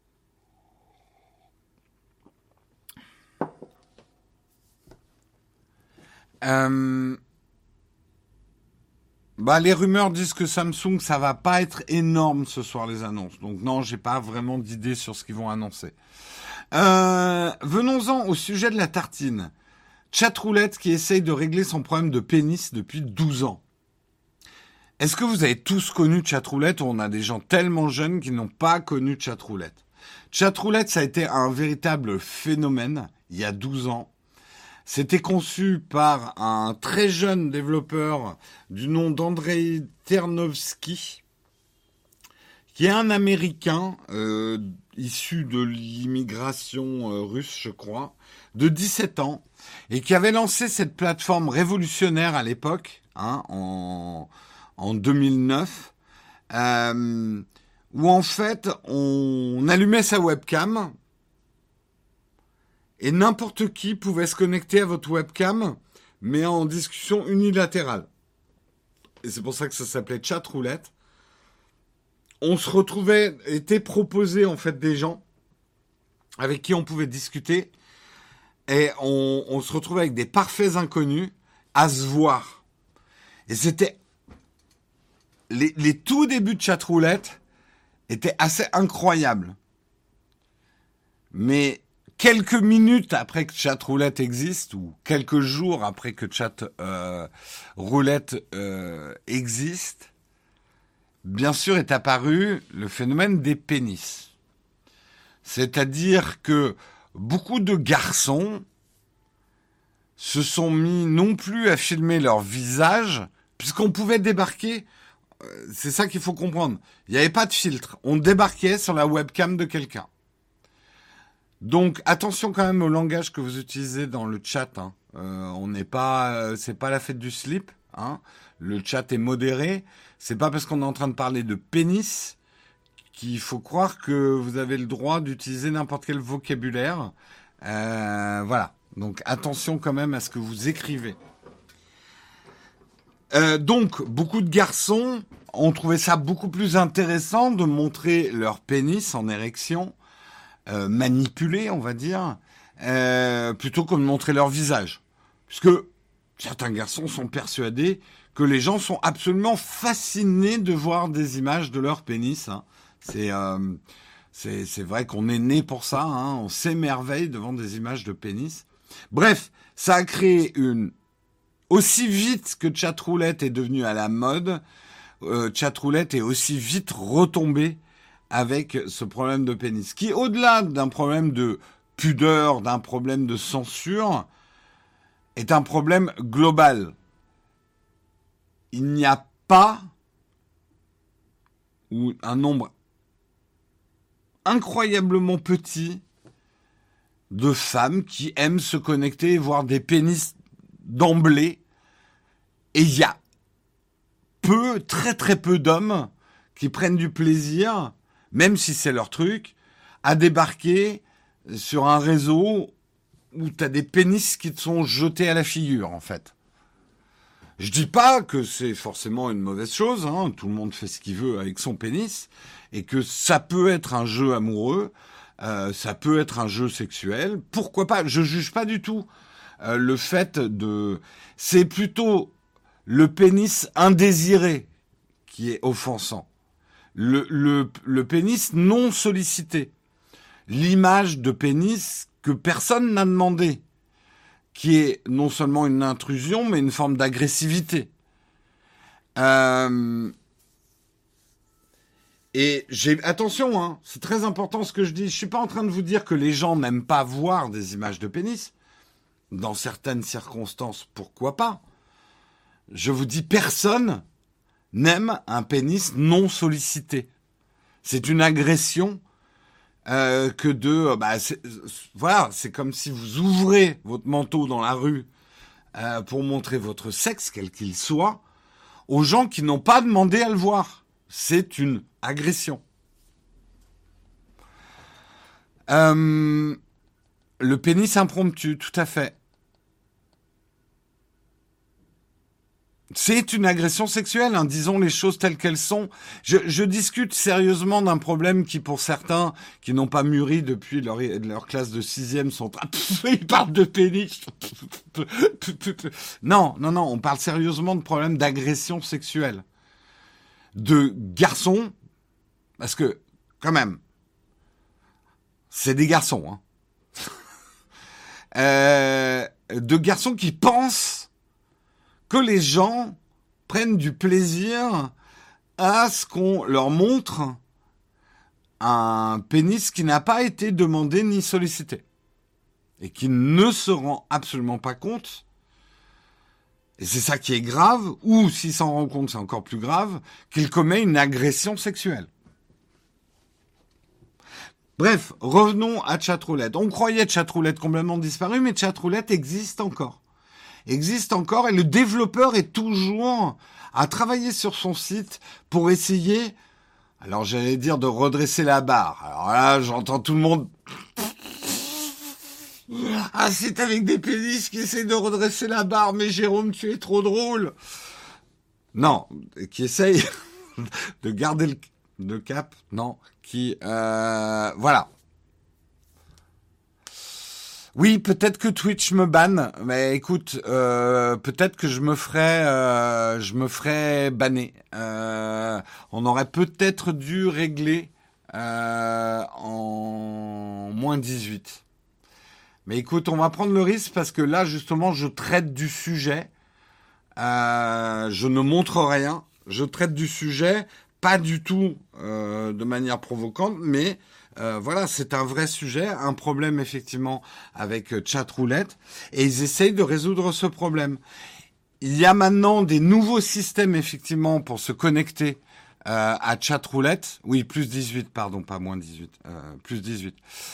Les rumeurs disent que Samsung, ça va pas être énorme ce soir, les annonces. Donc non, j'ai pas vraiment d'idée sur ce qu'ils vont annoncer. Venons-en au sujet de la tartine. Chatroulette qui essaye de régler son problème de pénis depuis 12 ans. Est-ce que vous avez tous connu Chatroulette ou on a des gens tellement jeunes qui n'ont pas connu Chatroulette ? Chatroulette, ça a été un véritable phénomène il y a 12 ans. C'était conçu par un très jeune développeur du nom d'Andrei Ternovski, qui est un Américain issu de l'immigration russe, je crois, de 17 ans, et qui avait lancé cette plateforme révolutionnaire à l'époque, en 2009, où en fait on allumait sa webcam, et n'importe qui pouvait se connecter à votre webcam, mais en discussion unilatérale. Et c'est pour ça que ça s'appelait Chatroulette. On se retrouvait, était proposé en fait des gens avec qui on pouvait discuter, et on se retrouvait avec des parfaits inconnus à se voir. Et c'était... Les tout débuts de Chatroulette étaient assez incroyables. Mais... quelques minutes après que Chatroulette existe, ou quelques jours après que Chatroulette existe, bien sûr est apparu le phénomène des pénis. C'est-à-dire que beaucoup de garçons se sont mis non plus à filmer leur visage, puisqu'on pouvait débarquer, c'est ça qu'il faut comprendre, il n'y avait pas de filtre, on débarquait sur la webcam de quelqu'un. Donc attention quand même au langage que vous utilisez dans le chat, hein. On n'est pas, c'est pas la fête du slip, hein. Le chat est modéré. C'est pas parce qu'on est en train de parler de pénis qu'il faut croire que vous avez le droit d'utiliser n'importe quel vocabulaire. Voilà. Donc attention quand même à ce que vous écrivez. Donc beaucoup de garçons ont trouvé ça beaucoup plus intéressant de montrer leur pénis en érection, manipulé, on va dire, plutôt que de montrer leur visage. Puisque certains garçons sont persuadés que les gens sont absolument fascinés de voir des images de leur pénis, hein. C'est vrai qu'on est né pour ça, hein. On s'émerveille devant des images de pénis. Bref, ça a créé aussi vite que Chatroulette est devenu à la mode, Chatroulette est aussi vite retombé avec ce problème de pénis, qui, au-delà d'un problème de pudeur, d'un problème de censure, est un problème global. Il n'y a pas, ou un nombre incroyablement petit, de femmes qui aiment se connecter et voir des pénis d'emblée. Et il y a très très peu d'hommes qui prennent du plaisir, même si c'est leur truc, à débarquer sur un réseau où tu as des pénis qui te sont jetés à la figure, en fait. Je dis pas que c'est forcément une mauvaise chose, hein, tout le monde fait ce qu'il veut avec son pénis, et que ça peut être un jeu amoureux, ça peut être un jeu sexuel, pourquoi pas, je juge pas du tout le fait de... C'est plutôt le pénis indésiré qui est offensant. Le pénis non sollicité. L'image de pénis que personne n'a demandé, qui est non seulement une intrusion, mais une forme d'agressivité. Et attention, hein, c'est très important ce que je dis. Je suis pas en train de vous dire que les gens n'aiment pas voir des images de pénis. Dans certaines circonstances, pourquoi pas? Je vous dis, personne n'aime un pénis non sollicité. C'est une agression que de... voilà, c'est comme si vous ouvrez votre manteau dans la rue pour montrer votre sexe, quel qu'il soit, aux gens qui n'ont pas demandé à le voir. C'est une agression. Le pénis impromptu, tout à fait. C'est une agression sexuelle, hein, disons les choses telles qu'elles sont. Je discute sérieusement d'un problème qui, pour certains, qui n'ont pas mûri depuis leur classe de 6e, sont... Ils parlent de pénis. Non, on parle sérieusement de problèmes d'agression sexuelle. De garçons, parce que, quand même, c'est des garçons, hein. De garçons qui pensent que les gens prennent du plaisir à ce qu'on leur montre un pénis qui n'a pas été demandé ni sollicité. Et qui ne se rend absolument pas compte, et c'est ça qui est grave, ou s'il s'en rend compte, c'est encore plus grave, qu'il commet une agression sexuelle. Bref, revenons à Chatroulette. On croyait Chatroulette complètement disparu, mais Chatroulette existe encore. Et le développeur est toujours à travailler sur son site pour essayer, alors j'allais dire de redresser la barre. Alors là, j'entends tout le monde... Ah, c'est avec des pénis qui essaient de redresser la barre, mais Jérôme, tu es trop drôle. Non, qui essaye de garder le cap, non, qui... voilà. Oui, peut-être que Twitch me banne, mais écoute, peut-être que je me ferai banner. On aurait peut-être dû régler en moins 18. Mais écoute, on va prendre le risque parce que là, justement, je traite du sujet. Je ne montre rien. Je traite du sujet, pas du tout de manière provocante, mais... voilà, c'est un vrai sujet, un problème effectivement avec Chatroulette, et ils essayent de résoudre ce problème. Il y a maintenant des nouveaux systèmes effectivement pour se connecter à Chatroulette. Oui, plus 18, pardon, pas moins 18. Plus 18.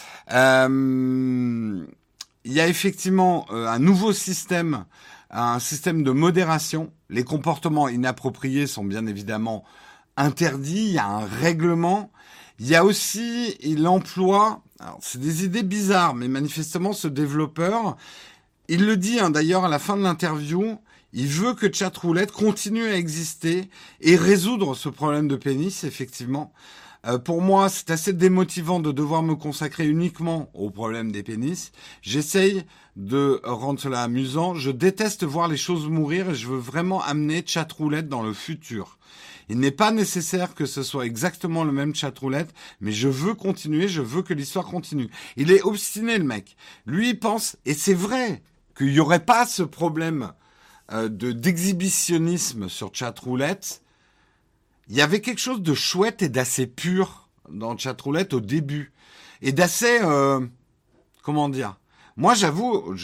Il y a effectivement un nouveau système, un système de modération. Les comportements inappropriés sont bien évidemment interdits. Il y a un règlement. Il y a aussi, il emploie, alors c'est des idées bizarres, mais manifestement ce développeur, il le dit d'ailleurs à la fin de l'interview, il veut que Chatroulette continue à exister et résoudre ce problème de pénis, effectivement. Pour moi, c'est assez démotivant de devoir me consacrer uniquement au problème des pénis. J'essaye de rendre cela amusant. Je déteste voir les choses mourir et je veux vraiment amener Chatroulette dans le futur. Il n'est pas nécessaire que ce soit exactement le même Chatroulette, mais je veux continuer, je veux que l'histoire continue. Il est obstiné, le mec. Lui, il pense, et c'est vrai, qu'il n'y aurait pas ce problème d'exhibitionnisme sur Chatroulette. Il y avait quelque chose de chouette et d'assez pur dans Chatroulette au début. Et d'assez... comment dire ? Moi, j'avoue,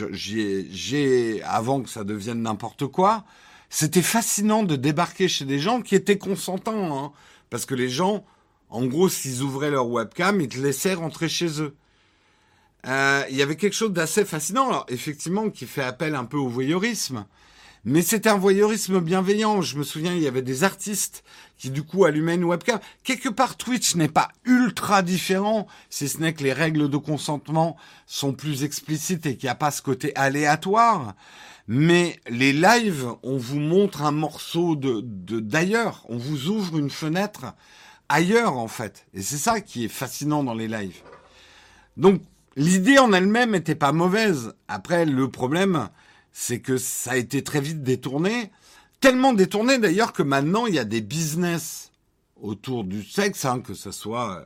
avant que ça devienne n'importe quoi, c'était fascinant de débarquer chez des gens qui étaient consentants. Hein, parce que les gens, en gros, s'ils ouvraient leur webcam, ils te laissaient rentrer chez eux. Il y avait quelque chose d'assez fascinant, alors, effectivement, qui fait appel un peu au voyeurisme. Mais c'était un voyeurisme bienveillant. Je me souviens, il y avait des artistes qui, du coup, allumaient une webcam. Quelque part, Twitch n'est pas ultra différent, si ce n'est que les règles de consentement sont plus explicites et qu'il n'y a pas ce côté aléatoire. Mais les lives, on vous montre un morceau d'ailleurs. On vous ouvre une fenêtre ailleurs, en fait. Et c'est ça qui est fascinant dans les lives. Donc, l'idée en elle-même n'était pas mauvaise. Après, le problème, c'est que ça a été très vite détourné. Tellement détourné d'ailleurs que maintenant, il y a des business autour du sexe, hein, que ce soit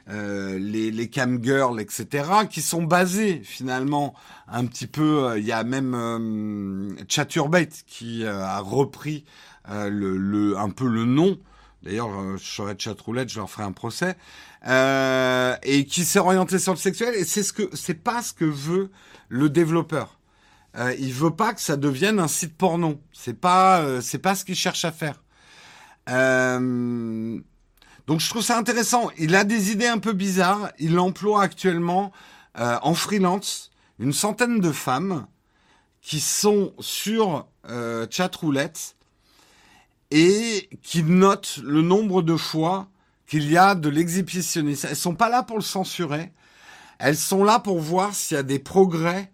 les camgirls, etc., qui sont basés finalement un petit peu... Il y a même Chaturbate qui a repris un peu le nom. D'ailleurs, je serai de Chatroulette, je leur ferai un procès. Et qui s'est orienté sur le sexuel. Et c'est pas ce que veut le développeur. Il veut pas que ça devienne un site porno. C'est pas ce qu'il cherche à faire. Donc je trouve ça intéressant. Il a des idées un peu bizarres. Il emploie actuellement en freelance une centaine de femmes qui sont sur Chatroulette et qui notent le nombre de fois qu'il y a de l'exhibitionnisme. Elles sont pas là pour le censurer. Elles sont là pour voir s'il y a des progrès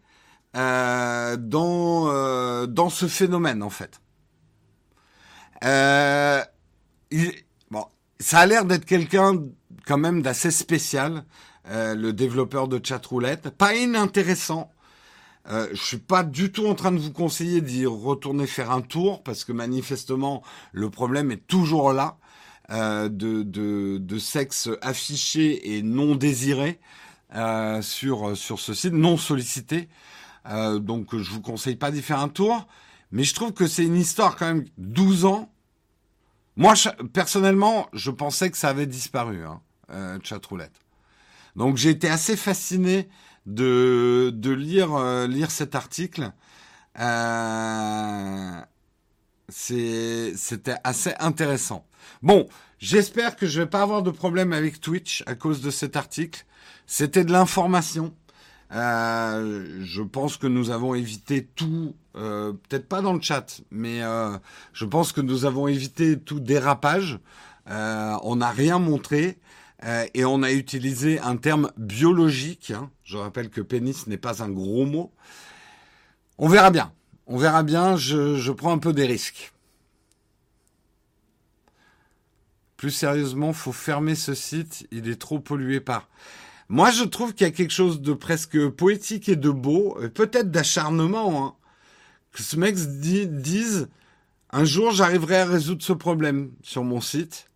dans ce phénomène, en fait. Bon, ça a l'air d'être quelqu'un quand même d'assez spécial, le développeur de Chatroulette. Pas inintéressant. Je suis pas du tout en train de vous conseiller d'y retourner faire un tour, parce que manifestement, le problème est toujours là, de sexe affiché et non désiré sur ce site, non sollicité. Donc je vous conseille pas d'y faire un tour, mais je trouve que c'est une histoire quand même 12 ans. Moi, personnellement, je pensais que ça avait disparu, hein, Chatroulette. Donc j'ai été assez fasciné de lire cet article. C'était assez intéressant. Bon, j'espère que je vais pas avoir de problème avec Twitch à cause de cet article. C'était de l'information. Je pense que nous avons évité tout, peut-être pas dans le chat, mais je pense que nous avons évité tout dérapage. On n'a rien montré et on a utilisé un terme biologique. Hein. Je rappelle que pénis n'est pas un gros mot. On verra bien. On verra bien. Je prends un peu des risques. Plus sérieusement, faut fermer ce site. Il est trop pollué par... Moi, je trouve qu'il y a quelque chose de presque poétique et de beau, peut-être d'acharnement, hein, que ce mec dise « Un jour, j'arriverai à résoudre ce problème sur mon site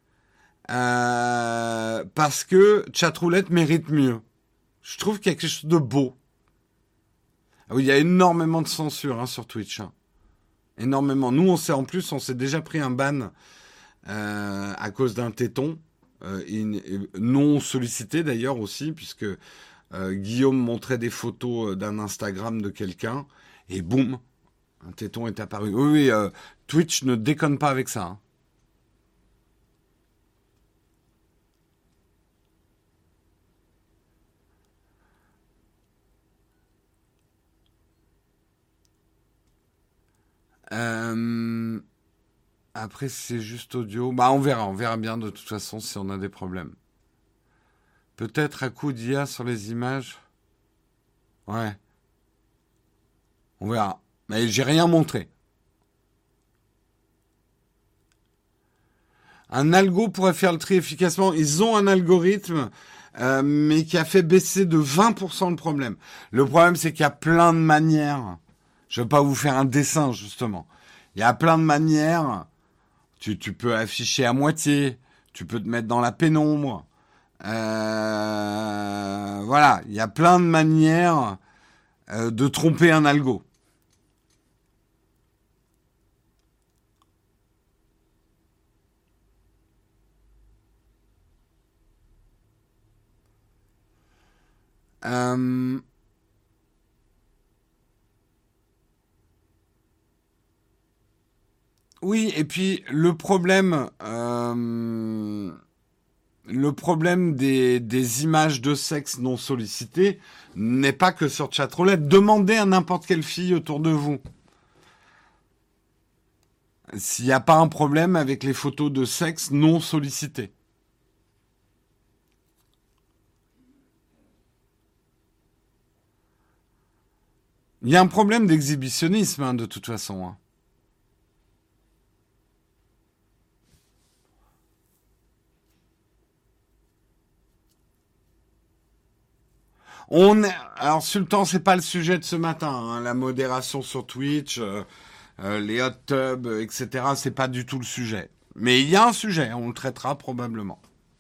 parce que Chatroulette mérite mieux. » Je trouve qu'il y a quelque chose de beau. Ah oui, il y a énormément de censure hein, sur Twitch. Hein. Énormément. Nous, on s'est déjà pris un ban à cause d'un téton. Non sollicité d'ailleurs aussi, puisque Guillaume montrait des photos d'un Instagram de quelqu'un, et boum, un téton est apparu. Oui, Twitch ne déconne pas avec ça. Hein. Euh, Après, si c'est juste audio, bah on verra bien de toute façon si on a des problèmes. Peut-être à coup d'IA sur les images. Ouais, on verra. Mais j'ai rien montré. Un algo pourrait faire le tri efficacement. Ils ont un algorithme, mais qui a fait baisser de 20% le problème. Le problème, c'est qu'il y a plein de manières. Je vais pas vous faire un dessin, justement. Il y a plein de manières. Tu peux afficher à moitié. Tu peux te mettre dans la pénombre. Voilà, il y a plein de manières de tromper un algo. Euh, oui, et puis le problème des images de sexe non sollicitées n'est pas que sur Chatroulette. Demandez à n'importe quelle fille autour de vous s'il n'y a pas un problème avec les photos de sexe non sollicitées. Il y a un problème d'exhibitionnisme, hein, de toute façon. Hein. Alors, Sultan, c'est pas le sujet de ce matin. Hein. La modération sur Twitch, les hot tubs, etc. C'est pas du tout le sujet. Mais il y a un sujet, on le traitera probablement.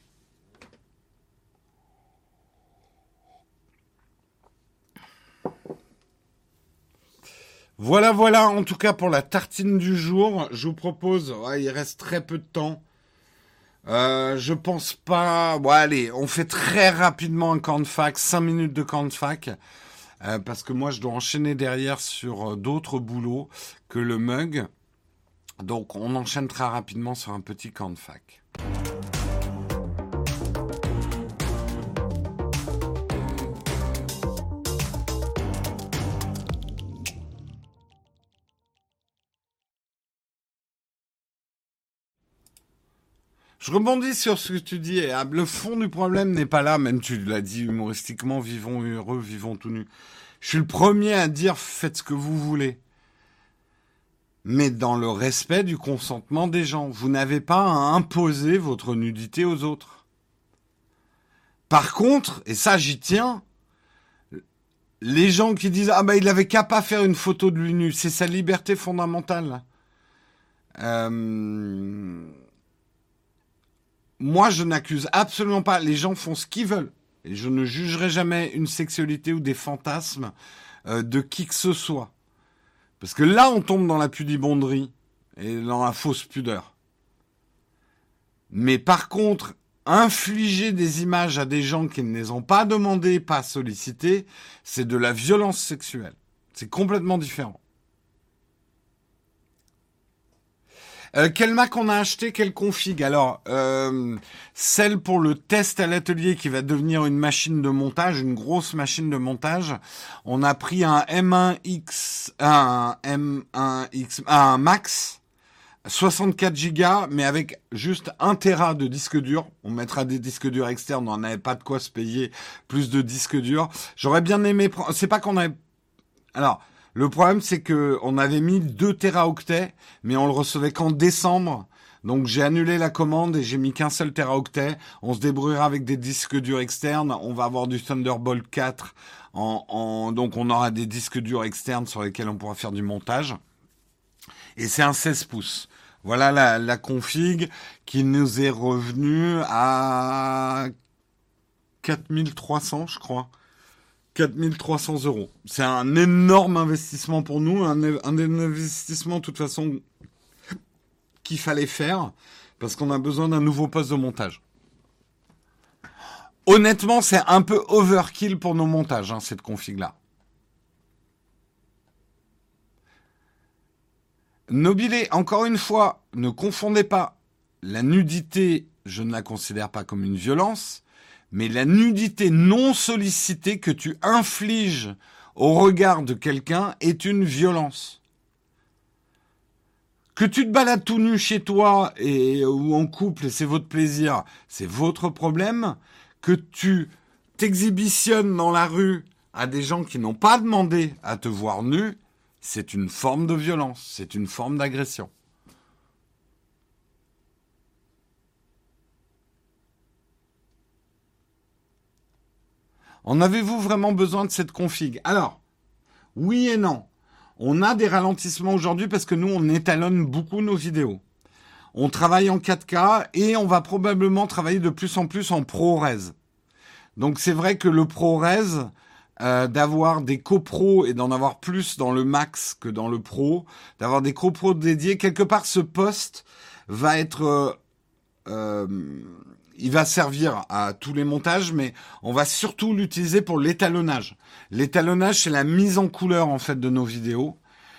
Voilà, voilà, en tout cas pour la tartine du jour. Je vous propose, ouais, il reste très peu de temps. Je pense pas. Bon, allez, on fait très rapidement un camp de fac, 5 minutes de camp de fac, parce que moi je dois enchaîner derrière sur d'autres boulots que le mug. Donc on enchaîne très rapidement sur un petit camp de fac. Je rebondis sur ce que tu dis. Le fond du problème n'est pas là, même tu l'as dit humoristiquement, vivons heureux, vivons tout nus. Je suis le premier à dire faites ce que vous voulez. Mais dans le respect du consentement des gens. Vous n'avez pas à imposer votre nudité aux autres. Par contre, et ça j'y tiens, les gens qui disent ah bah il avait qu'à pas faire une photo de lui nu, c'est sa liberté fondamentale. Moi je n'accuse absolument pas, les gens font ce qu'ils veulent. Et je ne jugerai jamais une sexualité ou des fantasmes de qui que ce soit. Parce que là on tombe dans la pudibonderie et dans la fausse pudeur. Mais par contre, infliger des images à des gens qui ne les ont pas demandées, pas sollicitées, c'est de la violence sexuelle. C'est complètement différent. Quel Mac on a acheté, quelle config? Alors, celle pour le test à l'atelier qui va devenir une machine de montage, une grosse machine de montage. On a pris un M1X, un Max, 64 Go, mais avec juste 1 Tera de disque dur. On mettra des disques durs externes, on n'avait pas de quoi se payer plus de disques durs. J'aurais bien aimé prendre, c'est pas qu'on avait, alors, le problème, c'est que on avait mis 2 téraoctets, mais on le recevait qu'en décembre. Donc j'ai annulé la commande et j'ai mis qu'un seul téraoctet. On se débrouillera avec des disques durs externes. On va avoir du Thunderbolt 4. Donc on aura des disques durs externes sur lesquels on pourra faire du montage. Et c'est un 16 pouces. Voilà la config qui nous est revenue à 4300, je crois. 4300 €. C'est un énorme investissement pour nous, un investissement de toute façon qu'il fallait faire parce qu'on a besoin d'un nouveau poste de montage. Honnêtement, c'est un peu overkill pour nos montages, hein, cette config-là. Nobilé, encore une fois, ne confondez pas la nudité, je ne la considère pas comme une violence. Mais la nudité non sollicitée que tu infliges au regard de quelqu'un est une violence. Que tu te balades tout nu chez toi ou en couple et c'est votre plaisir, c'est votre problème. Que tu t'exhibitionnes dans la rue à des gens qui n'ont pas demandé à te voir nu, c'est une forme de violence, c'est une forme d'agression. En avez-vous vraiment besoin de cette config? Alors, oui et non. On a des ralentissements aujourd'hui parce que nous, on étalonne beaucoup nos vidéos. On travaille en 4K et on va probablement travailler de plus en plus en ProRes. Donc c'est vrai que le ProRes, d'avoir des copros et d'en avoir plus dans le Max que dans le Pro, d'avoir des copros dédiés, quelque part ce poste va être... il va servir à tous les montages, mais on va surtout l'utiliser pour l'étalonnage. L'étalonnage, c'est la mise en couleur en fait de nos vidéos.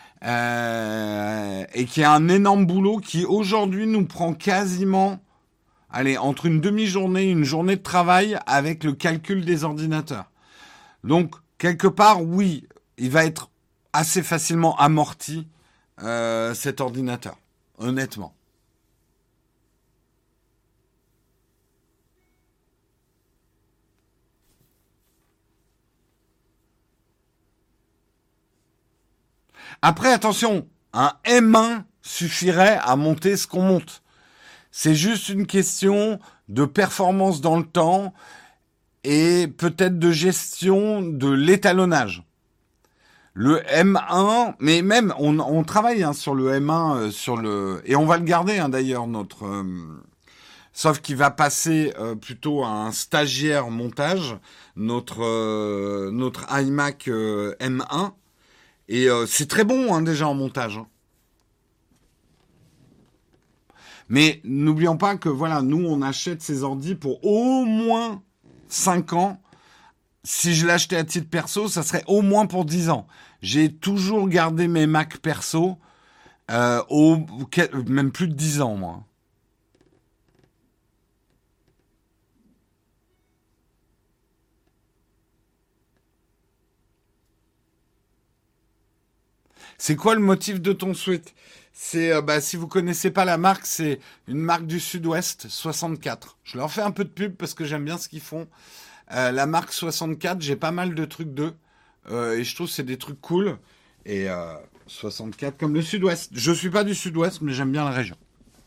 Et qui est un énorme boulot qui aujourd'hui nous prend quasiment, allez, entre une demi-journée et une journée de travail avec le calcul des ordinateurs. Donc, quelque part, oui, il va être assez facilement amorti, cet ordinateur, honnêtement. Après, attention, un M1 suffirait à monter ce qu'on monte. C'est juste une question de performance dans le temps et peut-être de gestion de l'étalonnage. Le M1, mais même on travaille sur le M1 et on va le garder d'ailleurs notre sauf qu'il va passer plutôt à un stagiaire montage notre iMac M1 et c'est très bon déjà en montage. Mais n'oublions pas que voilà, nous on achète ces ordi pour au moins 5 ans. Si je l'achetais à titre perso, ça serait au moins pour 10 ans. J'ai toujours gardé mes Mac perso même plus de 10 ans, moi. C'est quoi le motif de ton sweat? C'est, si vous connaissez pas la marque, c'est une marque du Sud-Ouest, 64. Je leur fais un peu de pub parce que j'aime bien ce qu'ils font. La marque 64, j'ai pas mal de trucs d'eux. Et je trouve que c'est des trucs cool. Et 64 comme le Sud-Ouest. Je suis pas du Sud-Ouest, mais j'aime bien la région.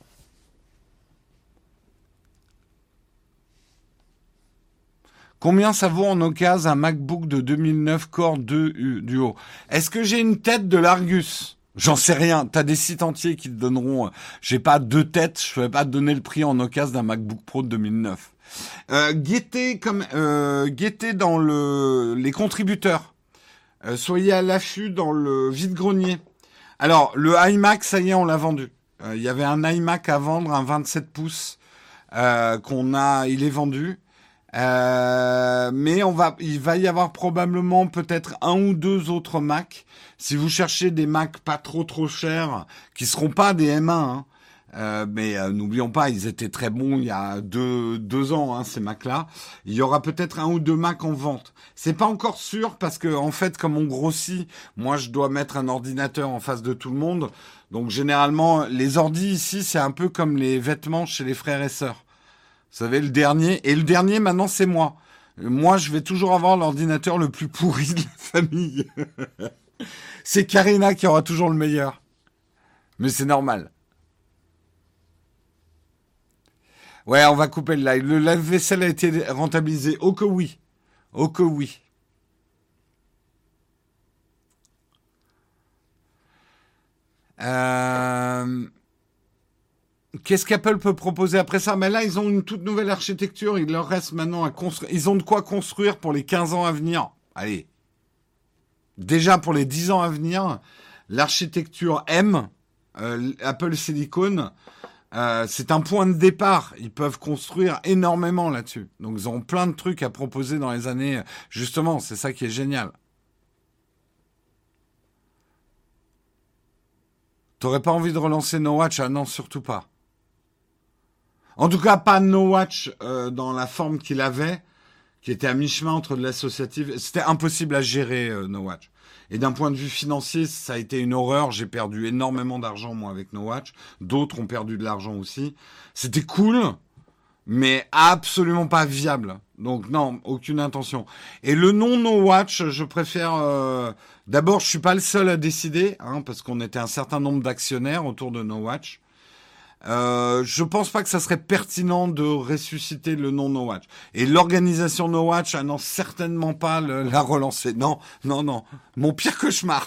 Combien ça vaut en occasion un MacBook de 2009 Core 2 Duo? Est-ce que j'ai une tête de l'Argus? J'en sais rien. T'as des sites entiers qui te donneront. J'ai pas deux têtes. Je vais pas te donner le prix en occasion d'un MacBook Pro de 2009. Guettez dans les contributeurs. Soyez à l'affût dans le vide-grenier. Alors le iMac, ça y est, on l'a vendu. Il y avait un iMac à vendre, un 27 pouces il est vendu. Mais il va y avoir probablement peut-être un ou deux autres Mac. Si vous cherchez des Mac pas trop chers, qui seront pas des M1, mais n'oublions pas, ils étaient très bons il y a deux ans, ces Macs-là. Il y aura peut-être un ou deux Macs en vente. C'est pas encore sûr parce que en fait, comme on grossit, moi je dois mettre un ordinateur en face de tout le monde. Donc généralement, les ordis ici, c'est un peu comme les vêtements chez les frères et sœurs. Vous savez, le dernier. Et le dernier, maintenant, c'est moi. Moi, je vais toujours avoir l'ordinateur le plus pourri de la famille. C'est Karina qui aura toujours le meilleur. Mais c'est normal. Ouais, on va couper le live. Le lave-vaisselle a été rentabilisé. Oh que oui. Oh que oui. Qu'est-ce qu'Apple peut proposer après ça? Mais là, ils ont une toute nouvelle architecture. Il leur reste maintenant à construire. Ils ont de quoi construire pour les 15 ans à venir. Allez. Déjà pour les 10 ans à venir, l'architecture M, Apple Silicon, c'est un point de départ. Ils peuvent construire énormément là-dessus. Donc, ils auront plein de trucs à proposer dans les années. Justement, c'est ça qui est génial. T'aurais pas envie de relancer No Watch? Ah non, surtout pas. En tout cas, pas No Watch dans la forme qu'il avait, qui était à mi-chemin entre de l'associatif. C'était impossible à gérer, No Watch. Et d'un point de vue financier, ça a été une horreur. J'ai perdu énormément d'argent, moi, avec No Watch. D'autres ont perdu de l'argent aussi. C'était cool, mais absolument pas viable. Donc non, aucune intention. Et le nom No Watch, je préfère... D'abord, je suis pas le seul à décider, hein, parce qu'on était un certain nombre d'actionnaires autour de No Watch. Je pense pas que ça serait pertinent de ressusciter le nom No Watch. Et l'organisation No Watch, non, certainement pas la relancer. Non, non, non. Mon pire cauchemar.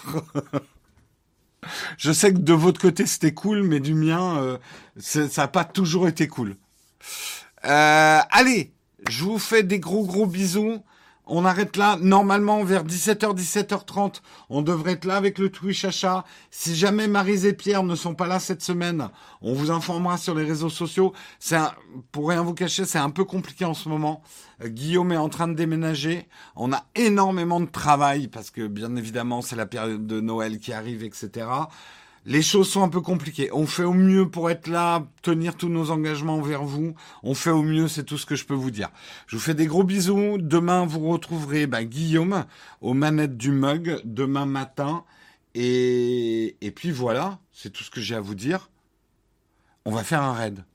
Je sais que de votre côté c'était cool, mais du mien, ça n'a pas toujours été cool. Allez, je vous fais des gros bisous. On arrête là. Normalement, vers 17h, 17h30, on devrait être là avec le Twitch achat. Si jamais Maryse et Pierre ne sont pas là cette semaine, on vous informera sur les réseaux sociaux. Pour rien vous cacher, c'est un peu compliqué en ce moment. Guillaume est en train de déménager. On a énormément de travail parce que, bien évidemment, c'est la période de Noël qui arrive, etc. Les choses sont un peu compliquées. On fait au mieux pour être là, tenir tous nos engagements envers vous. On fait au mieux, c'est tout ce que je peux vous dire. Je vous fais des gros bisous. Demain, vous retrouverez Guillaume aux manettes du mug, demain matin. Et puis voilà, c'est tout ce que j'ai à vous dire. On va faire un raid.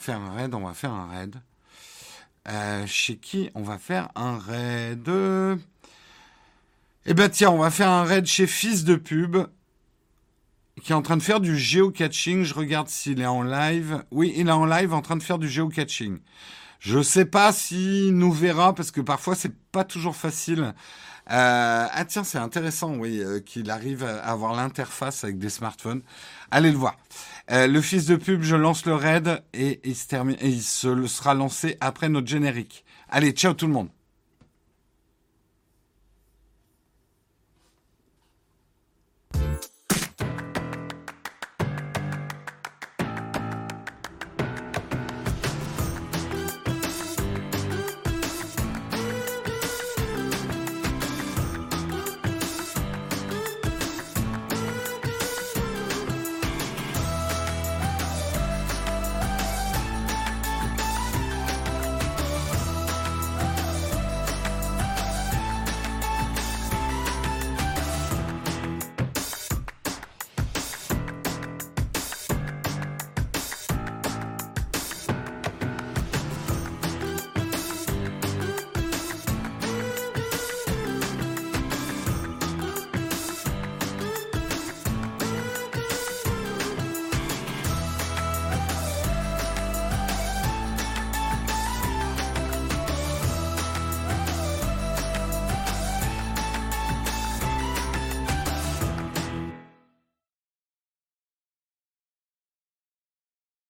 Chez qui on va faire un raid? Eh ben tiens, on va faire un raid chez Fils de Pub, qui est en train de faire du géocaching. Je regarde s'il est en live. Oui, il est en live en train de faire du géocaching. Je sais pas s'il nous verra parce que parfois c'est pas toujours facile. Ah tiens, c'est intéressant, oui, qu'il arrive à avoir l'interface avec des smartphones. Allez le voir. Le Fils de Pub, je lance le raid et il se termine, et il sera lancé après notre générique. Allez, ciao tout le monde.